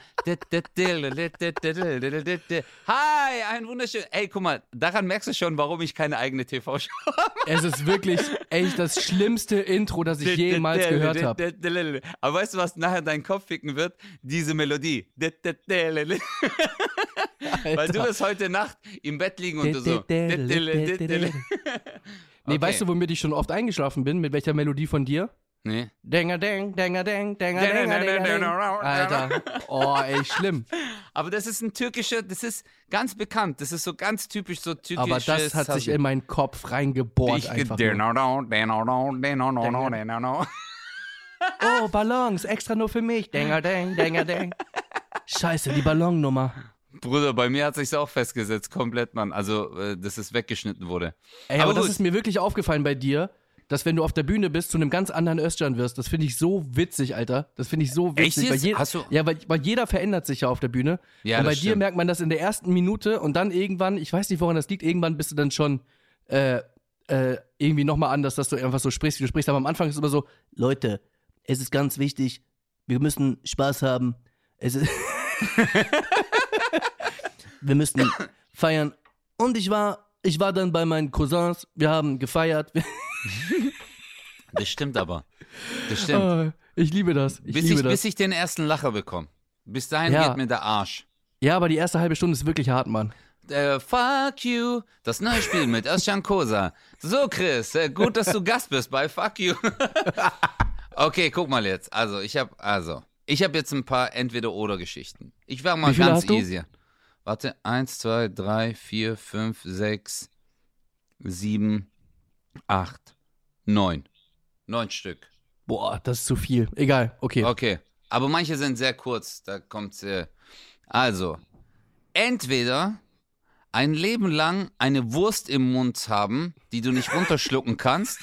Hi, ein wunderschön. Ey, guck mal, daran merkst du schon, warum ich keine eigene T V-Show habe. Es ist wirklich echt das schlimmste Intro, das ich jemals gehört habe. Aber weißt du, was nachher deinen Kopf ficken wird? Diese Melodie. Weil du wirst heute Nacht im Bett liegen und du so. Nee, Okay. weißt du, womit ich schon oft eingeschlafen bin? Mit welcher Melodie von dir? Nee. Dinger, ding, dinger, ding, dinger, dinger, dinger, ding. Alter, oh, ey, schlimm. Aber das ist ein türkischer, das ist ganz bekannt. Das ist so ganz typisch so türkisch. Aber das hat sich in meinen Kopf reingebohrt ich einfach nur. Oh, Ballons, extra nur für mich. Dinger, ding, dinger, ding. Scheiße, die Ballonnummer. Bruder, bei mir hat sich's auch festgesetzt, komplett, Mann. Also, äh, dass es weggeschnitten wurde. Ey, aber, aber das ist mir wirklich aufgefallen bei dir, dass wenn du auf der Bühne bist, zu einem ganz anderen Özcan wirst. Das finde ich so witzig, Alter. Das finde ich so witzig. Echt weil je- Hast du? Ja, weil, weil jeder verändert sich ja auf der Bühne. Ja, und bei das dir stimmt. merkt man das in der ersten Minute und dann irgendwann, ich weiß nicht, woran das liegt, irgendwann bist du dann schon äh, äh, irgendwie nochmal anders, dass du einfach so sprichst, wie du sprichst. Aber am Anfang ist es immer so, Leute, es ist ganz wichtig, wir müssen Spaß haben. Es ist wir müssen feiern. Und ich war, ich war dann bei meinen Cousins, wir haben gefeiert. Das stimmt aber. Das stimmt. Oh, ich liebe das. Ich bis, liebe ich, das. bis ich den ersten Lacher bekomme. Bis dahin Ja. geht mir der Arsch. Ja, aber die erste halbe Stunde ist wirklich hart, Mann. Äh, fuck you. Das neue Spiel mit Özcan Kosa. So, Chris, äh, gut, dass du Gast bist bei Fuck you. Okay, guck mal jetzt. Also, ich habe also, ich habe jetzt ein paar Entweder-Oder-Geschichten. Ich war mal Wie viele ganz hast du? easy. Warte, eins, zwei, drei, vier, fünf, sechs, sieben, acht, neun. Neun Stück. Boah, das ist zu viel. Egal, okay. Okay, aber manche sind sehr kurz. Da kommt's. Äh, also, entweder ein Leben lang eine Wurst im Mund haben, die du nicht runterschlucken kannst.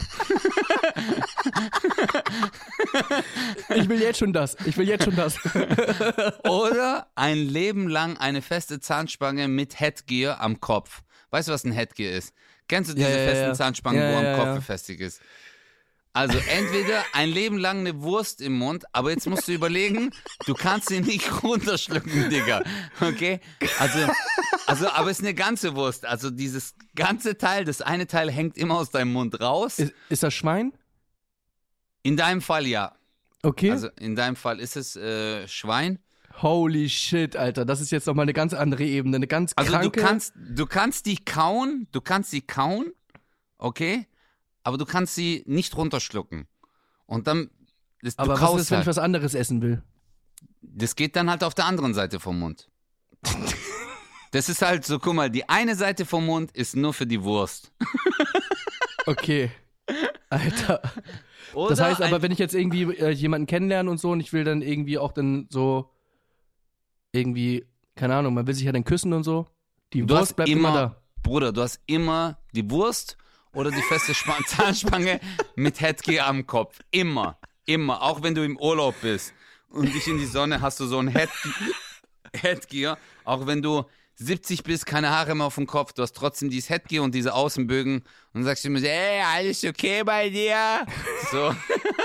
Ich will jetzt schon das. Ich will jetzt schon das. Oder ein Leben lang eine feste Zahnspange mit Headgear am Kopf. Weißt du, was ein Headgear ist? Kennst du diese Ja, ja, festen ja. Zahnspangen, Ja, wo am ja, Kopf ja. befestigt ist? Also entweder ein Leben lang eine Wurst im Mund, aber jetzt musst du überlegen, du kannst sie nicht runterschlucken, Digga. Okay? Also, also, aber es ist eine ganze Wurst. Also dieses ganze Teil, das eine Teil hängt immer aus deinem Mund raus. Ist, ist das Schwein? In deinem Fall ja. Okay. Also in deinem Fall ist es äh, Schwein. Holy shit, Alter. Das ist jetzt nochmal eine ganz andere Ebene. Eine ganz Also kranke... du kannst, du kannst die kauen, du kannst sie kauen, okay, aber du kannst sie nicht runterschlucken. Und dann, das, Aber du was kaust ist, wenn ich halt. was anderes essen will? Das geht dann halt auf der anderen Seite vom Mund. Das ist halt so, guck mal, die eine Seite vom Mund ist nur für die Wurst. Okay. Alter. Oder Das heißt aber, ein, wenn ich jetzt irgendwie äh, jemanden kennenlerne und so und ich will dann irgendwie auch dann so irgendwie, keine Ahnung, man will sich ja dann küssen und so. Die du Wurst hast bleibt immer, immer da. Bruder, du hast immer die Wurst oder die feste Spa- Zahnspange mit Headgear am Kopf. Immer. Immer. Auch wenn du im Urlaub bist und dich in die Sonne hast du so ein Head Headgear. Auch wenn du siebzig bist, keine Haare mehr auf dem Kopf, du hast trotzdem dieses Headgear und diese Außenbögen und dann sagst du immer so, ey, alles okay bei dir? So.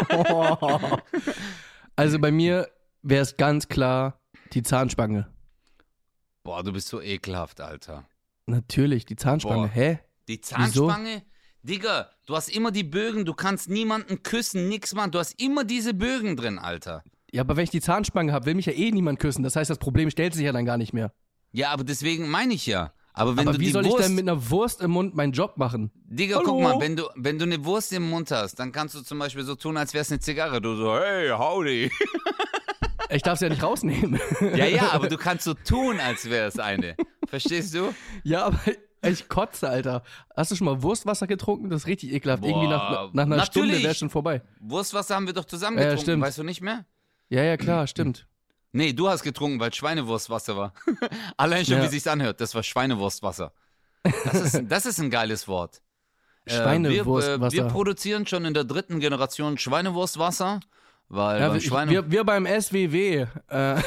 Also bei mir wäre es ganz klar die Zahnspange. Boah, du bist so ekelhaft, Alter. Natürlich, die Zahnspange. Boah. Hä? Die Zahnspange? Digga, du hast immer die Bögen, du kannst niemanden küssen, nix machen, du hast immer diese Bögen drin, Alter. Ja, aber wenn ich die Zahnspange habe, will mich ja eh niemand küssen. Das heißt, das Problem stellt sich ja dann gar nicht mehr. Ja, aber deswegen meine ich ja. Aber wenn aber du wie die soll Wurst, ich denn mit einer Wurst im Mund meinen Job machen? Digga, Hallo? guck mal, wenn du, wenn du eine Wurst im Mund hast, dann kannst du zum Beispiel so tun, als wär's eine Zigarre. Du so, hey, howdy. Ich darf sie ja nicht rausnehmen. Ja, ja, aber du kannst so tun, als wäre es eine. Verstehst du? Ja, aber ich kotze, Alter. Hast du schon mal Wurstwasser getrunken? Das ist richtig ekelhaft. Boah, Irgendwie nach, nach einer natürlich. Stunde wäre schon vorbei. Wurstwasser haben wir doch zusammen Ja, getrunken, stimmt. weißt du nicht mehr? Ja, ja, klar, stimmt. Nee, du hast getrunken, weil Schweinewurstwasser war. Allein schon, Ja. wie sich's anhört, das war Schweinewurstwasser. Das ist, das ist ein geiles Wort. Äh, Schweinewurstwasser. Wir, äh, wir produzieren schon in der dritten Generation Schweinewurstwasser, weil Ja, beim wir, Schweine... wir, wir beim S W W. Äh,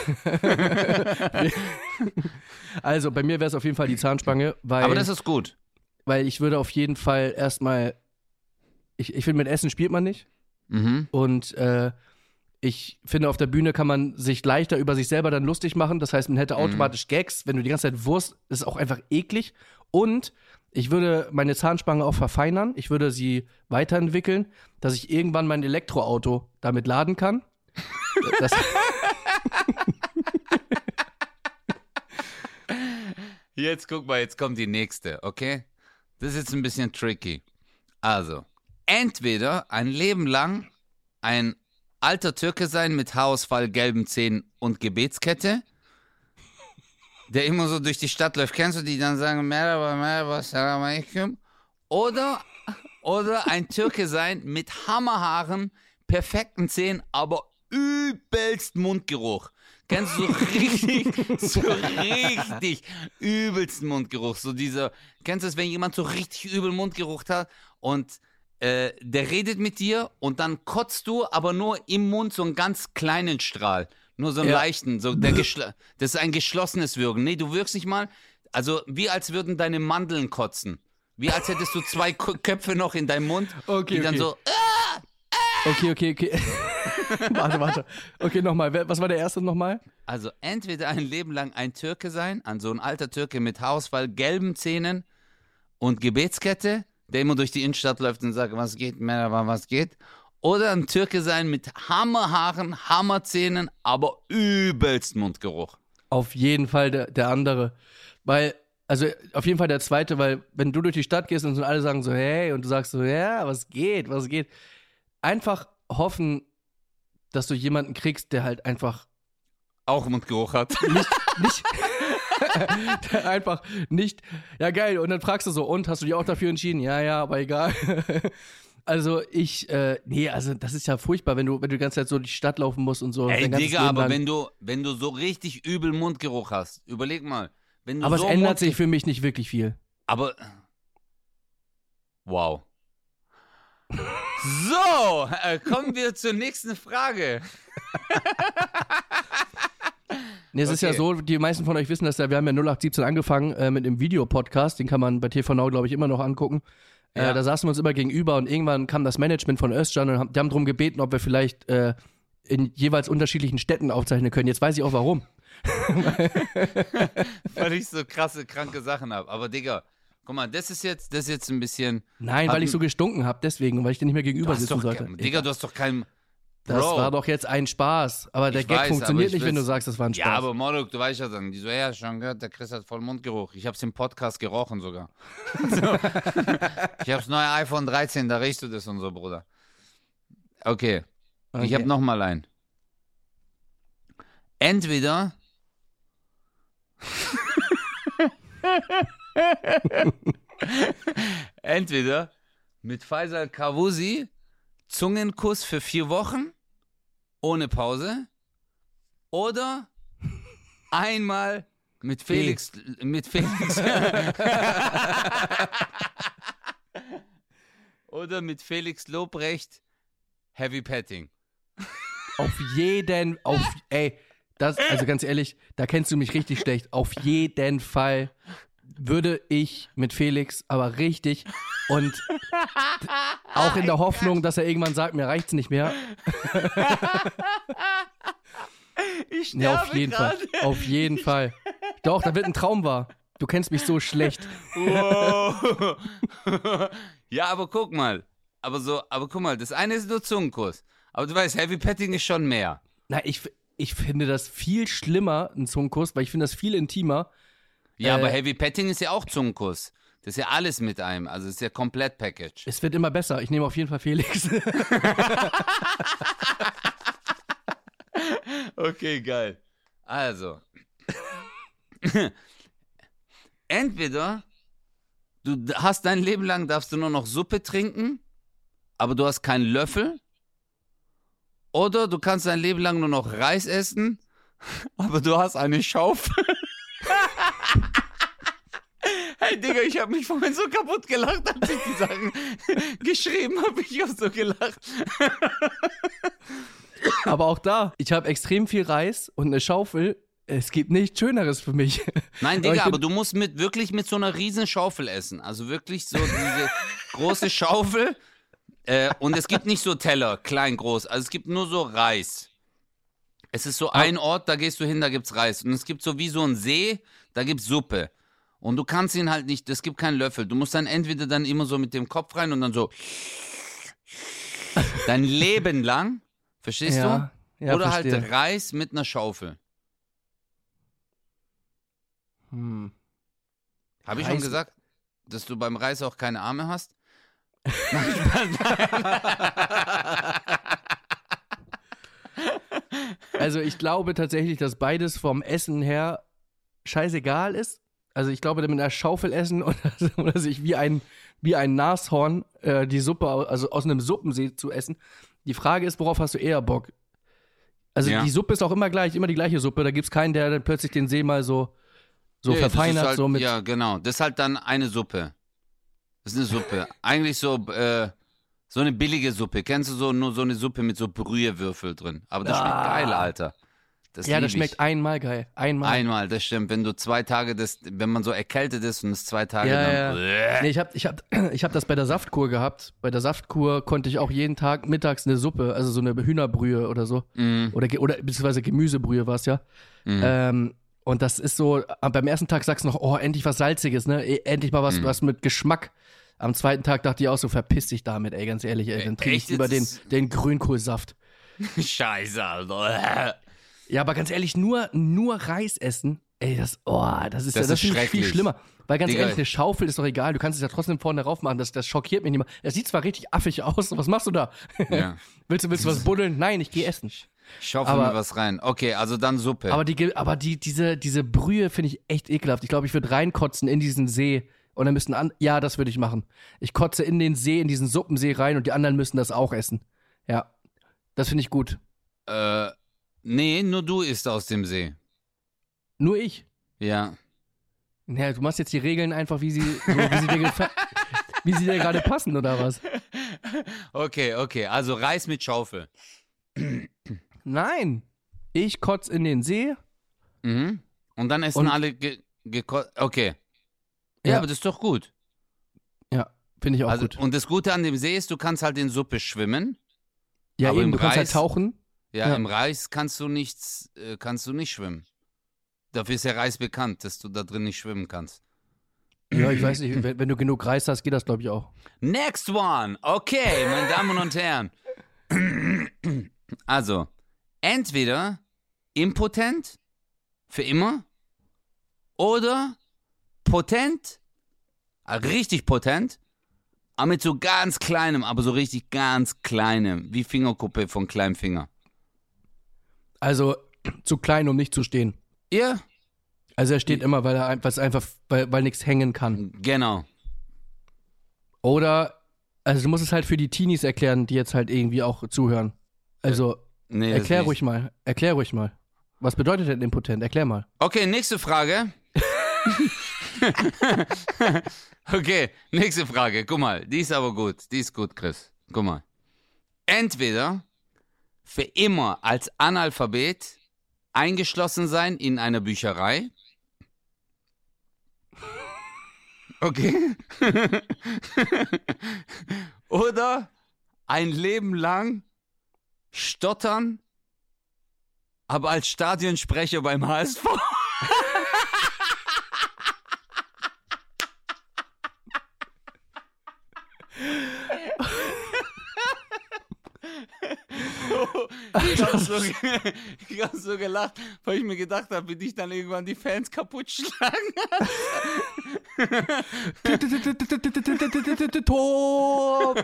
also bei mir wäre es auf jeden Fall die Zahnspange, weil, aber das ist gut. weil ich würde auf jeden Fall erstmal, ich, ich finde, mit Essen spielt man nicht. Mhm. Und äh, ich finde, auf der Bühne kann man sich leichter über sich selber dann lustig machen. Das heißt, man hätte automatisch Gags. Wenn du die ganze Zeit Wurst, das ist auch einfach eklig. Und ich würde meine Zahnspange auch verfeinern. Ich würde sie weiterentwickeln, dass ich irgendwann mein Elektroauto damit laden kann. Das, Jetzt guck mal, jetzt kommt die nächste, okay? Das ist jetzt ein bisschen tricky. Also, entweder ein Leben lang ein alter Türke sein mit Haarausfall, gelben Zähnen und Gebetskette, der immer so durch die Stadt läuft. Kennst du die, dann sagen, Merhaba, Merhaba, Salam alaikum? Oder, oder ein Türke sein mit Hammerhaaren, perfekten Zähnen, aber übelst Mundgeruch. Kennst du so richtig, so richtig übelsten Mundgeruch. So dieser, kennst du das, wenn jemand so richtig übel Mundgeruch hat und äh, der redet mit dir und dann kotzt du, aber nur im Mund so einen ganz kleinen Strahl. Nur so einen Ja. leichten, so der geschl- das ist ein geschlossenes Würgen. Nee, du wirkst nicht mal, also wie als würden deine Mandeln kotzen. Wie als hättest du zwei K- Köpfe noch in deinem Mund, Okay, die dann okay. so, Okay, okay, okay. warte, warte. Okay, nochmal. Wer- Was war der erste nochmal? also entweder ein Leben lang ein Türke sein, an so ein alter Türke mit Haarausfall, gelben Zähnen und Gebetskette, der immer durch die Innenstadt läuft und sagt, was geht, Männer, was geht. Oder ein Türke sein mit Hammerhaaren, Hammerzähnen, aber übelst Mundgeruch. Auf jeden Fall der, der andere. Weil, also auf jeden Fall der zweite, weil wenn du durch die Stadt gehst und so alle sagen so, hey, und du sagst so, ja, was geht, was geht. Einfach hoffen, dass du jemanden kriegst, der halt einfach Auch Mundgeruch hat. nicht, der einfach nicht, ja geil, und dann fragst du so, und, hast du dich auch dafür entschieden? Ja, ja, aber egal. Also ich, äh, nee, also das ist ja furchtbar, wenn du, wenn du die ganze Zeit so durch die Stadt laufen musst und so. Ey, dein ganzes Digga, Leben aber lang. wenn du, wenn du so richtig übel Mundgeruch hast, überleg mal. Wenn du Aber so es ändert Mundge- sich für mich nicht wirklich viel. Aber, wow. So, äh, kommen wir zur nächsten Frage. Nee, es ist ja Okay. so, die meisten von euch wissen das ja, wir haben ja null acht siebzehn angefangen äh, mit dem Videopodcast, den kann man bei T V Now, glaube ich, immer noch angucken. Ja. Äh, da saßen wir uns immer gegenüber und irgendwann kam das Management von Özcan und haben, die haben darum gebeten, ob wir vielleicht äh, in jeweils unterschiedlichen Städten aufzeichnen können. Jetzt weiß ich auch warum. Weil ich so krasse, kranke Sachen habe. Aber Digga, guck mal, das ist jetzt, das ist jetzt ein bisschen. Nein, Hab- weil ich so gestunken habe, deswegen, weil ich dir nicht mehr Du gegenüber hast sitzen doch, sollte. Digga, du hast doch keinen. Das Bro. war doch jetzt ein Spaß. Aber der Ich Gag weiß, funktioniert aber ich nicht, wenn du will's- sagst, das war ein Spaß. Ja, aber Moruk, du weißt ja dann. Die so, ja, schon gehört, der Chris hat voll Mundgeruch. Ich hab's im Podcast gerochen sogar. So. Ich hab's neue iPhone dreizehn, da riechst du das und so, Bruder. Okay, okay. ich hab noch mal einen. Entweder Entweder mit Faisal Kavusi Zungenkuss für vier Wochen ohne Pause oder einmal mit Felix mit Felix oder mit Felix Lobrecht Heavy Petting. Auf jeden, auf, ey, das, also ganz ehrlich, da kennst du mich richtig schlecht. Auf jeden Fall würde ich mit Felix aber richtig und auch in der Hoffnung, dass er irgendwann sagt, mir reicht's nicht mehr. Ich Ja, auf jeden Fall. Auf jeden Fall. Doch, da wird ein Traum wahr. Du kennst mich so schlecht. Wow. Ja, aber guck mal. Aber so, aber guck mal, das eine ist nur Zungenkuss. Aber du weißt, Heavy Petting ist schon mehr. Na, ich, ich finde das viel schlimmer, ein Zungenkuss, weil ich finde das viel intimer. Ja, Äh, aber Heavy Petting ist ja auch Zungenkuss. Das ist ja alles mit einem. Also es ist ja komplett Package. Es wird immer besser. Ich nehme auf jeden Fall Felix. Okay, geil. Also. Entweder du d- hast dein Leben lang, darfst du nur noch Suppe trinken, aber du hast keinen Löffel. Oder du kannst dein Leben lang nur noch Reis essen, aber du hast eine Schaufel. Hey Digga, ich habe mich vorhin so kaputt gelacht, als ich die Sachen geschrieben habe. Ich habe so gelacht. Aber auch da, ich habe extrem viel Reis und eine Schaufel. Es gibt nichts Schöneres für mich. Nein, Aber Digga, ich aber, bin- du musst mit, wirklich mit so einer riesen Schaufel essen. Also wirklich so diese große Schaufel. Äh, und es gibt nicht so Teller, klein, groß. Also es gibt nur so Reis. Es ist so ein Ort, da gehst du hin, da gibt's Reis. Und es gibt so wie so ein See, da gibt's Suppe. Und du kannst ihn halt nicht, es gibt keinen Löffel. Du musst dann entweder dann immer so mit dem Kopf rein und dann so dein Leben lang, verstehst Ja, du? ja, Oder verstehe. halt Reis mit einer Schaufel. Hm. Habe ich schon Reis- gesagt, dass du beim Reis auch keine Arme hast? Also ich glaube tatsächlich, dass beides vom Essen her scheißegal ist. Also ich glaube, mit einer Schaufel essen oder, oder sich wie ein, wie ein Nashorn äh, die Suppe, also aus einem Suppensee zu essen. Die Frage ist, worauf hast du eher Bock? Also Ja. die Suppe ist auch immer gleich, immer die gleiche Suppe. Da gibt es keinen, der dann plötzlich den See mal so, so Nee, das ist verfeinert. halt, so mit, ja, genau. Das ist halt dann eine Suppe. Das ist eine Suppe. Eigentlich so, äh, so eine billige Suppe. Kennst du so, nur so eine Suppe mit so Brühewürfel drin? Aber das schmeckt Ah. geil, Alter. Das ja, lieb das schmeckt ich. einmal geil. Einmal. Einmal, das stimmt. Wenn du zwei Tage das, wenn man so erkältet ist und es zwei Tage Ja, dann. ja. Nee, ich hab, ich, hab, ich hab das bei der Saftkur gehabt. Bei der Saftkur konnte ich auch jeden Tag mittags eine Suppe, also so eine Hühnerbrühe oder so. Mhm. Oder, ge- oder beziehungsweise Gemüsebrühe war es ja. Mhm. Ähm, und das ist so, äh, beim ersten Tag sagst du noch, oh, endlich was Salziges, ne? E- Endlich mal was, Mhm. was mit Geschmack. Am zweiten Tag dachte ich auch so, verpiss dich damit, ey, ganz ehrlich, ey. Dann trinke ich Echt? lieber den, Jetzt- den Grünkohlsaft. Scheiße, Alter. Ja, aber ganz ehrlich, nur, nur Reis essen, ey, das, oh, das ist, Das ja, das ist finde ich viel schrecklich. schlimmer. Weil ganz Digga. ehrlich, eine Schaufel ist doch egal, du kannst es ja trotzdem vorne drauf machen, das, das schockiert mich nicht mehr. Es sieht zwar richtig affig aus, was machst du da? Ja. willst du, willst du was buddeln? Nein, ich gehe essen. Schaufel Aber- mir was rein. Okay, also dann Suppe. Aber, die, Ge- aber die, diese, diese Brühe finde ich echt ekelhaft. Ich glaube, ich würde reinkotzen in diesen See und dann müssten an. Ja, das würde ich machen. Ich kotze in den See, in diesen Suppensee rein und die anderen müssen das auch essen. Ja, das finde ich gut. äh, nee, nur du isst aus dem See. Nur ich. Ja. Ja, du machst jetzt die Regeln einfach, wie sie, so, wie sie dir, gefa- wie sie dir gerade passen, oder was? Okay, okay. Also Reis mit Schaufel. Nein. Ich kotze in den See. Mhm. Und dann essen Und- alle ge geko- Okay. Ja, Ja. aber das ist doch gut. Ja, finde ich auch Also, gut. und das Gute an dem See ist, du kannst halt in Suppe schwimmen. Ja, aber eben, im du kannst halt Reis- tauchen. Ja, Ja. im Reis kannst du nichts, äh, kannst du nicht schwimmen. Dafür ist der Reis bekannt, dass du da drin nicht schwimmen kannst. Ja, ich weiß nicht, wenn, wenn du genug Reis hast, geht das, glaube ich, auch. Next one. Okay, meine Damen und Herren. Also, entweder impotent für immer oder potent, äh, richtig potent, aber mit so ganz kleinem, aber so richtig ganz kleinem, wie Fingerkuppe von kleinem Finger. Also zu klein, um nicht zu stehen. Ja, Also er steht immer, weil er ein- weil's einfach, weil, weil nichts hängen kann. genau. Oder, also du musst es halt für die Teenies erklären, die jetzt halt irgendwie auch zuhören. Also Nee, das erklär nicht. ruhig mal, erklär ruhig mal. Was bedeutet denn impotent? Erklär mal. Okay, nächste Frage. Okay, nächste Frage. Guck mal, die ist aber gut. Die ist gut, Chris. Guck mal. Entweder für immer als Analphabet eingeschlossen sein in einer Bücherei. Okay. Oder ein Leben lang stottern, aber als Stadionsprecher beim H S V. Ich hab, so, ge- ich hab so gelacht, weil ich mir gedacht habe, wie dich dann irgendwann die Fans kaputt schlagen. Tor!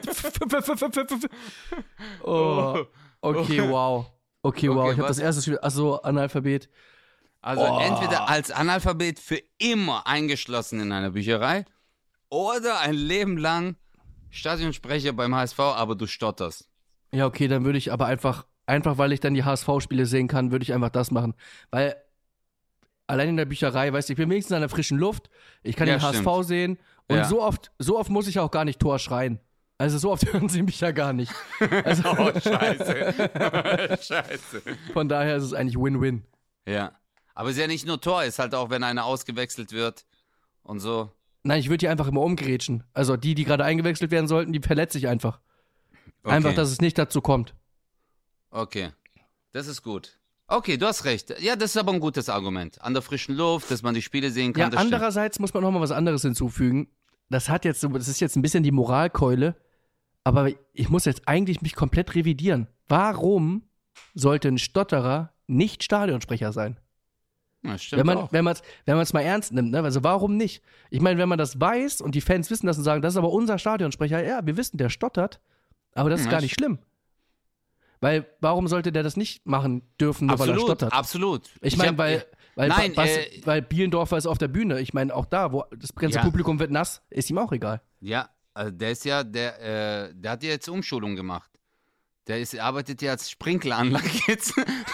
Oh. Okay, wow. Okay, wow. Okay, Ich habe was? das erste Spiel. Achso, Analphabet. Also Oh. entweder als Analphabet für immer eingeschlossen in einer Bücherei oder ein Leben lang Stadionsprecher beim H S V, aber du stotterst. Ja, okay, dann würde ich aber einfach, einfach weil ich dann die H S V-Spiele sehen kann, würde ich einfach das machen. Weil allein in der Bücherei, weißt du, ich bin wenigstens an der frischen Luft, ich kann Ja, den H S V stimmt. sehen und Ja. so oft, so oft muss ich auch gar nicht Tor schreien. Also so oft hören sie mich ja gar nicht. Also Oh, scheiße. Scheiße. von daher ist es eigentlich Win-Win. Ja. Aber es ist ja nicht nur Tor, es ist halt auch, wenn einer ausgewechselt wird und so. Nein, ich würde die einfach immer umgrätschen. Also die, die gerade eingewechselt werden sollten, die verletze ich einfach. Okay. Einfach, dass es nicht dazu kommt. Okay. Das ist gut. Okay, du hast recht. Ja, das ist aber ein gutes Argument. An der frischen Luft, dass man die Spiele sehen kann. Ja, das stimmt. andererseits muss man noch mal was anderes hinzufügen. Das hat jetzt so, das ist jetzt ein bisschen die Moralkeule, aber ich muss jetzt eigentlich mich komplett revidieren. Warum sollte ein Stotterer nicht Stadionsprecher sein? Ja, stimmt Wenn man auch. wenn man es wenn man es mal ernst nimmt, ne? Also warum nicht? Ich meine, wenn man das weiß und die Fans wissen das und sagen, das ist aber unser Stadionsprecher, ja, wir wissen, der stottert, aber das ist Ja, gar nicht schlimm. Weil warum sollte der das nicht machen dürfen, nur absolut, weil er stottert? Absolut. Ich meine, hab- weil, weil, Nein, Bas, äh, weil Bielendorfer ist auf der Bühne. Ich meine, auch da, wo das ganze Ja. Publikum wird nass, ist ihm auch egal. Ja, also der ist ja, der, äh, der hat ja jetzt Umschulung gemacht. Der ist, arbeitet ja als Sprinkleranlage jetzt.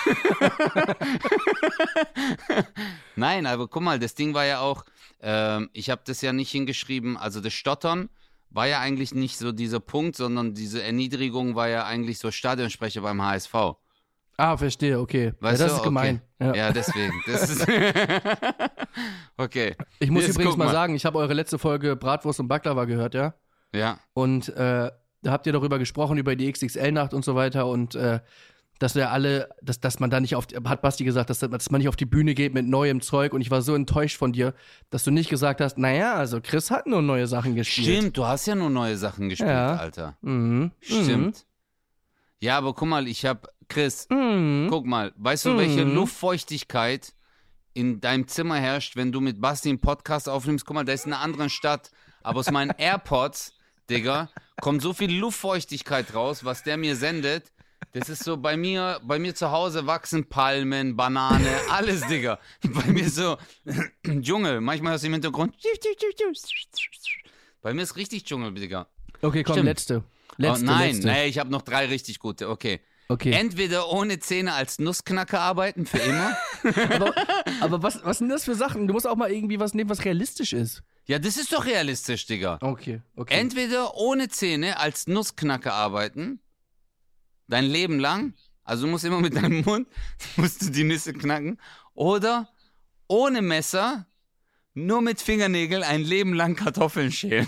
Nein, aber guck mal, das Ding war ja auch, ähm, ich habe das ja nicht hingeschrieben, also das Stottern war ja eigentlich nicht so dieser Punkt, sondern diese Erniedrigung war ja eigentlich so Stadionsprecher beim H S V. Ah, verstehe, okay. Weißt ja, das du? ist gemein. Okay. Ja. Ja, deswegen. Das ist okay. Ich muss Jetzt übrigens guck mal mal. sagen, ich habe eure letzte Folge Bratwurst und Baklava gehört, ja? Ja. Und äh, da habt ihr darüber gesprochen, über die X X L-Nacht und so weiter und äh, dass wir alle, dass, dass man da nicht auf, hat Basti gesagt, dass, dass man nicht auf die Bühne geht mit neuem Zeug und ich war so enttäuscht von dir, dass du nicht gesagt hast, naja, also Chris hat nur neue Sachen gespielt. Stimmt, du hast ja nur neue Sachen gespielt, Ja. Alter. Mhm. Stimmt. Ja, aber guck mal, ich hab, Chris, Mhm. guck mal, weißt du, welche Luftfeuchtigkeit in deinem Zimmer herrscht, wenn du mit Basti einen Podcast aufnimmst? Guck mal, der ist in einer anderen Stadt, aber aus meinen AirPods, Digga, kommt so viel Luftfeuchtigkeit raus, was der mir sendet. Das ist so, bei mir, bei mir zu Hause wachsen Palmen, Banane, alles, Digga. Bei mir so Dschungel, manchmal hörst du im Hintergrund. Bei mir ist richtig Dschungel, Digga. Okay, komm, Stimmt. letzte. Letzte, oh, nein, letzte. nein, ich habe noch drei richtig gute, okay. Okay. Entweder ohne Zähne als Nussknacker arbeiten, für immer. aber aber was, was sind das für Sachen? Du musst auch mal irgendwie was nehmen, was realistisch ist. Ja, das ist doch realistisch, Digga. Okay, okay. Entweder ohne Zähne als Nussknacker arbeiten, dein Leben lang, also du musst immer mit deinem Mund, musst du die Nüsse knacken, oder ohne Messer, nur mit Fingernägeln ein Leben lang Kartoffeln schälen.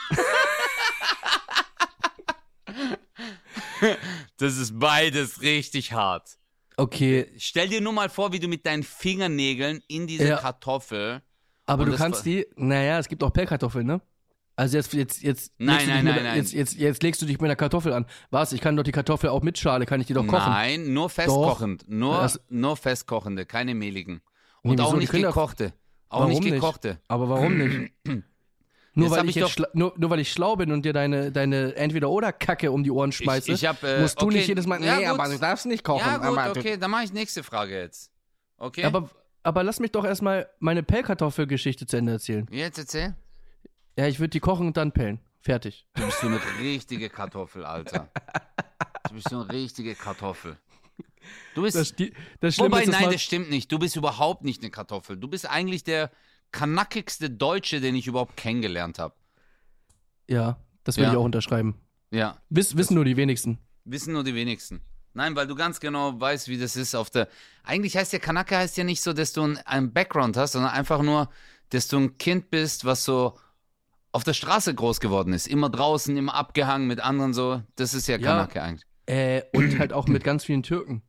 Das ist beides richtig hart. Okay, Stell dir nur mal vor, wie du mit deinen Fingernägeln in diese Ja. Kartoffel. aber Und du das kannst war- die, naja, es gibt auch Pellkartoffeln, ne? Also jetzt, jetzt, jetzt, Nein, legst du nein, dich mit, nein, nein. Jetzt, jetzt, jetzt legst du dich mit einer Kartoffel an. Was? Ich kann doch die Kartoffel auch mit Schale, kann ich die doch kochen. Nein, nur festkochend. Nur, Das- nur festkochende, keine mehligen. Nee, Und wieso? auch Die nicht können doch- gekochte. Auch Warum nicht nicht? gekochte. Aber warum nicht? Nur Jetzt weil hab ich ich jetzt doch- schla- nur, nur weil ich schlau bin und dir deine, deine Entweder-oder-Kacke um die Ohren schmeiße, ich hab, äh, musst du okay, nicht jedes Mal, ja, nee, gut. aber du darfst nicht kochen. Ja, gut, aber, okay, dann mache ich nächste Frage jetzt. Okay? aber, aber lass mich doch erstmal meine Pellkartoffelgeschichte zu Ende erzählen. Jetzt erzähl. Ja, ich würde die kochen und dann pellen. Fertig. Du bist so eine richtige Kartoffel, Alter. Du bist so eine richtige Kartoffel. Du bist. Das, die, das Schlimme Wobei, ist, dass nein, man, das stimmt nicht. Du bist überhaupt nicht eine Kartoffel. Du bist eigentlich der kanackigste Deutsche, den ich überhaupt kennengelernt habe. ja, das will Ja. ich auch unterschreiben. Ja. Wiss, wissen nur die wenigsten. Wissen nur die wenigsten. Nein, weil du ganz genau weißt, wie das ist auf der. Eigentlich heißt ja Kanake heißt ja nicht so, dass du einen Background hast, sondern einfach nur, dass du ein Kind bist, was so auf der Straße groß geworden ist. Immer draußen, immer abgehangen mit anderen so. Das ist ja Ja. Kanake eigentlich. Äh, und halt auch mit ganz vielen Türken.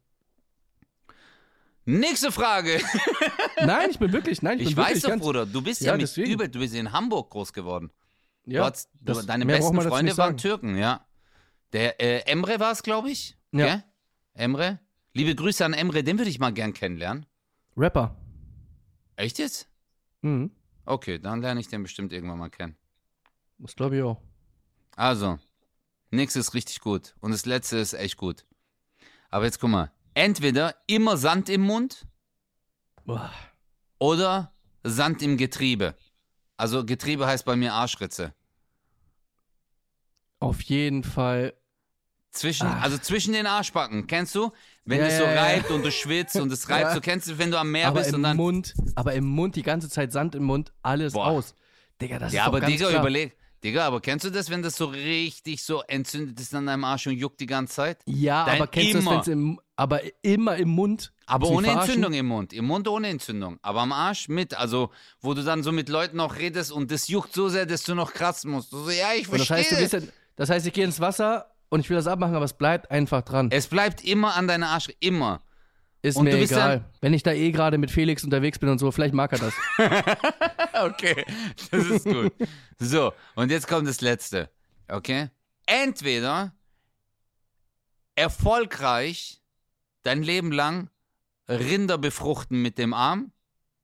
Nächste Frage. Nein, ich bin wirklich, nein, ich, Ich bin weiß wirklich doch, ganz, Bruder, du bist ja, Ja, mit deswegen. übel, du bist in Hamburg groß geworden. Ja, du hast, du, das- deine mehr braucht besten man dazu Freunde nicht waren sagen. Türken, ja. Der äh, Emre war es, glaube ich. Ja. Gell? Emre. Liebe Grüße an Emre, den würde ich mal gern kennenlernen. Rapper. Echt jetzt? Mhm. Okay, dann lerne ich den bestimmt irgendwann mal kennen. Das glaube ich auch. Also, nächstes ist richtig gut und das letzte ist echt gut. Aber jetzt guck mal, entweder immer Sand im Mund Boah. oder Sand im Getriebe. Also Getriebe heißt bei mir Arschritze. Auf jeden Fall. Zwischen, Ach. also zwischen den Arschbacken, kennst du? Wenn Ja, es so ja, ja. reibt und du schwitzt und es reibt, Ja. so kennst du, wenn du am Meer aber bist im und dann. Mund, aber im Mund die ganze Zeit Sand im Mund, alles Boah. aus. Digga, das Ja, ist doch aber ganz Digga, klar. überleg. Digga, aber kennst du das, wenn das so richtig so entzündet ist an deinem Arsch und juckt die ganze Zeit? Ja, Dein aber kennst du immer. das, wenn's im, aber immer im Mund? Aber Willst du mich ohne verarschen? Entzündung im Mund. Im Mund ohne Entzündung. Aber am Arsch mit. Also, wo du dann so mit Leuten auch redest und das juckt so sehr, dass du noch kratzen musst. Du so, ja, ich Und das verstehe. heißt, du gehst, dann- das heißt, ich gehe ins Wasser und ich will das abmachen, aber es bleibt einfach dran. es bleibt immer an deiner Arsch. Immer. Ist und mir du bist egal. Wenn ich da eh gerade mit Felix unterwegs bin und so, vielleicht mag er das. Okay, das ist gut. So, und jetzt kommt das Letzte. Okay? Entweder erfolgreich dein Leben lang Rinder befruchten mit dem Arm.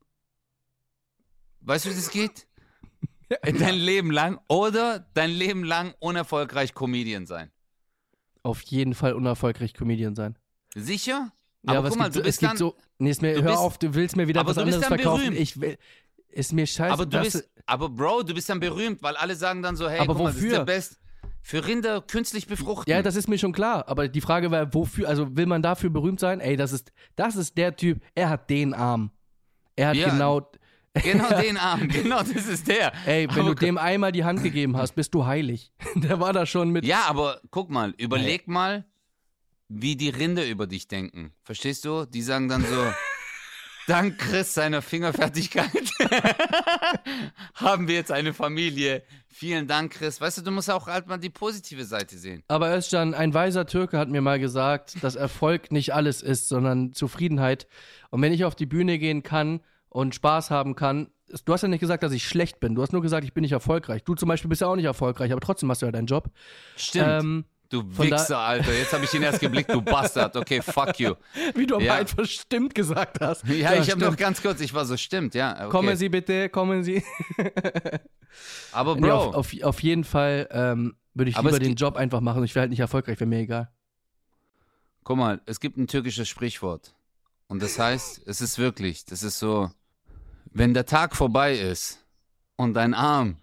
Weißt du, wie das geht? Dein Leben lang. Oder dein Leben lang unerfolgreich Comedian sein. Auf jeden Fall unerfolgreich Comedian sein. Sicher? Ja, aber aber guck es mal, gibt, du es bist gibt dann, so. Nee, ist mir, du hör bist- auf, du willst mir wieder aber was du bist anderes dann verkaufen. berühmt. Ich will. Ist mir scheiße. aber du das- bist, aber Bro, du bist dann berühmt, weil alle sagen dann so, hey, Aber guck mal, das ist wofür? der Best. Für Rinder künstlich befruchten. Ja, das ist mir schon klar. Aber die Frage war, wofür, also will man dafür berühmt sein? Ey, das ist, das ist der Typ, er hat den Arm. Er hat Ja. genau. Genau den Arm, genau, das ist der. Ey, wenn aber, du dem einmal die Hand gegeben hast, bist du heilig. Der war da schon mit. Ja, aber guck mal, überleg mal, wie die Rinder über dich denken. Verstehst du? Die sagen dann so, dank Chris seiner Fingerfertigkeit haben wir jetzt eine Familie. Vielen Dank, Chris. Weißt du, du musst auch halt mal die positive Seite sehen. Aber Özcan, ein weiser Türke hat mir mal gesagt, dass Erfolg nicht alles ist, sondern Zufriedenheit. Und wenn ich auf die Bühne gehen kann und Spaß haben kann, du hast ja nicht gesagt, dass ich schlecht bin. Du hast nur gesagt, ich bin nicht erfolgreich. Du zum Beispiel bist ja auch nicht erfolgreich, aber trotzdem machst du ja deinen Job. Stimmt. Ähm, Du von da- Wichser, Alter. Jetzt habe ich ihn erst geblickt, du Bastard. Okay, fuck you. wie du aber Ja. einfach stimmt gesagt hast. Ja, ich habe stimmt. noch ganz kurz, ich war so, stimmt, ja. Okay. Kommen Sie bitte, kommen Sie. Aber Nee, Bro, auf, auf, auf jeden Fall ähm, würde ich Aber lieber es den gibt- Job einfach machen und ich wäre halt nicht erfolgreich, wäre mir egal. guck mal, es gibt ein türkisches Sprichwort. Und das heißt, es ist wirklich, das ist so, wenn der Tag vorbei ist und dein Arm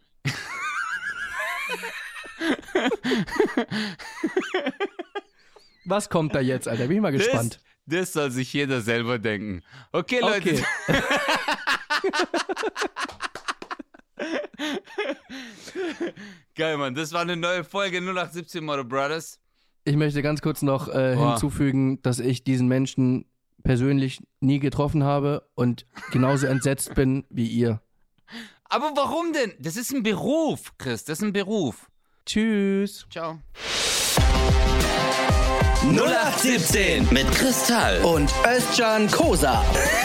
Was kommt da jetzt, Alter? Bin ich mal gespannt. Das, das soll sich jeder selber denken. Okay, Leute. Okay. Geil, Mann. Das war eine neue Folge null acht siebzehn Mother Brothers. Ich möchte ganz kurz noch äh, Boah. hinzufügen, dass ich diesen Menschen persönlich nie getroffen habe und genauso entsetzt bin wie ihr. Aber warum denn? Das ist ein Beruf, Chris. Das ist ein Beruf. Tschüss. Ciao. null acht siebzehn mit Kristall und Özcan Kosa.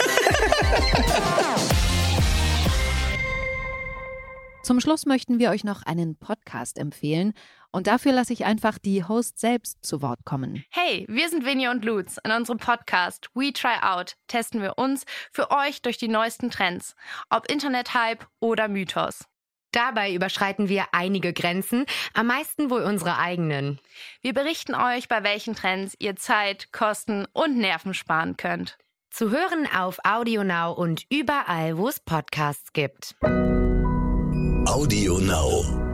Zum Schluss möchten wir euch noch einen Podcast empfehlen und dafür lasse ich einfach die Hosts selbst zu Wort kommen. Hey, wir sind Vinny und Lutz. In unserem Podcast We Try Out testen wir uns für euch durch die neuesten Trends, ob Internet-Hype oder Mythos. Dabei überschreiten wir einige Grenzen, am meisten wohl unsere eigenen. Wir berichten euch, bei welchen Trends ihr Zeit, Kosten und Nerven sparen könnt. Zu hören auf Audio Now und überall, wo es Podcasts gibt. Audio Now.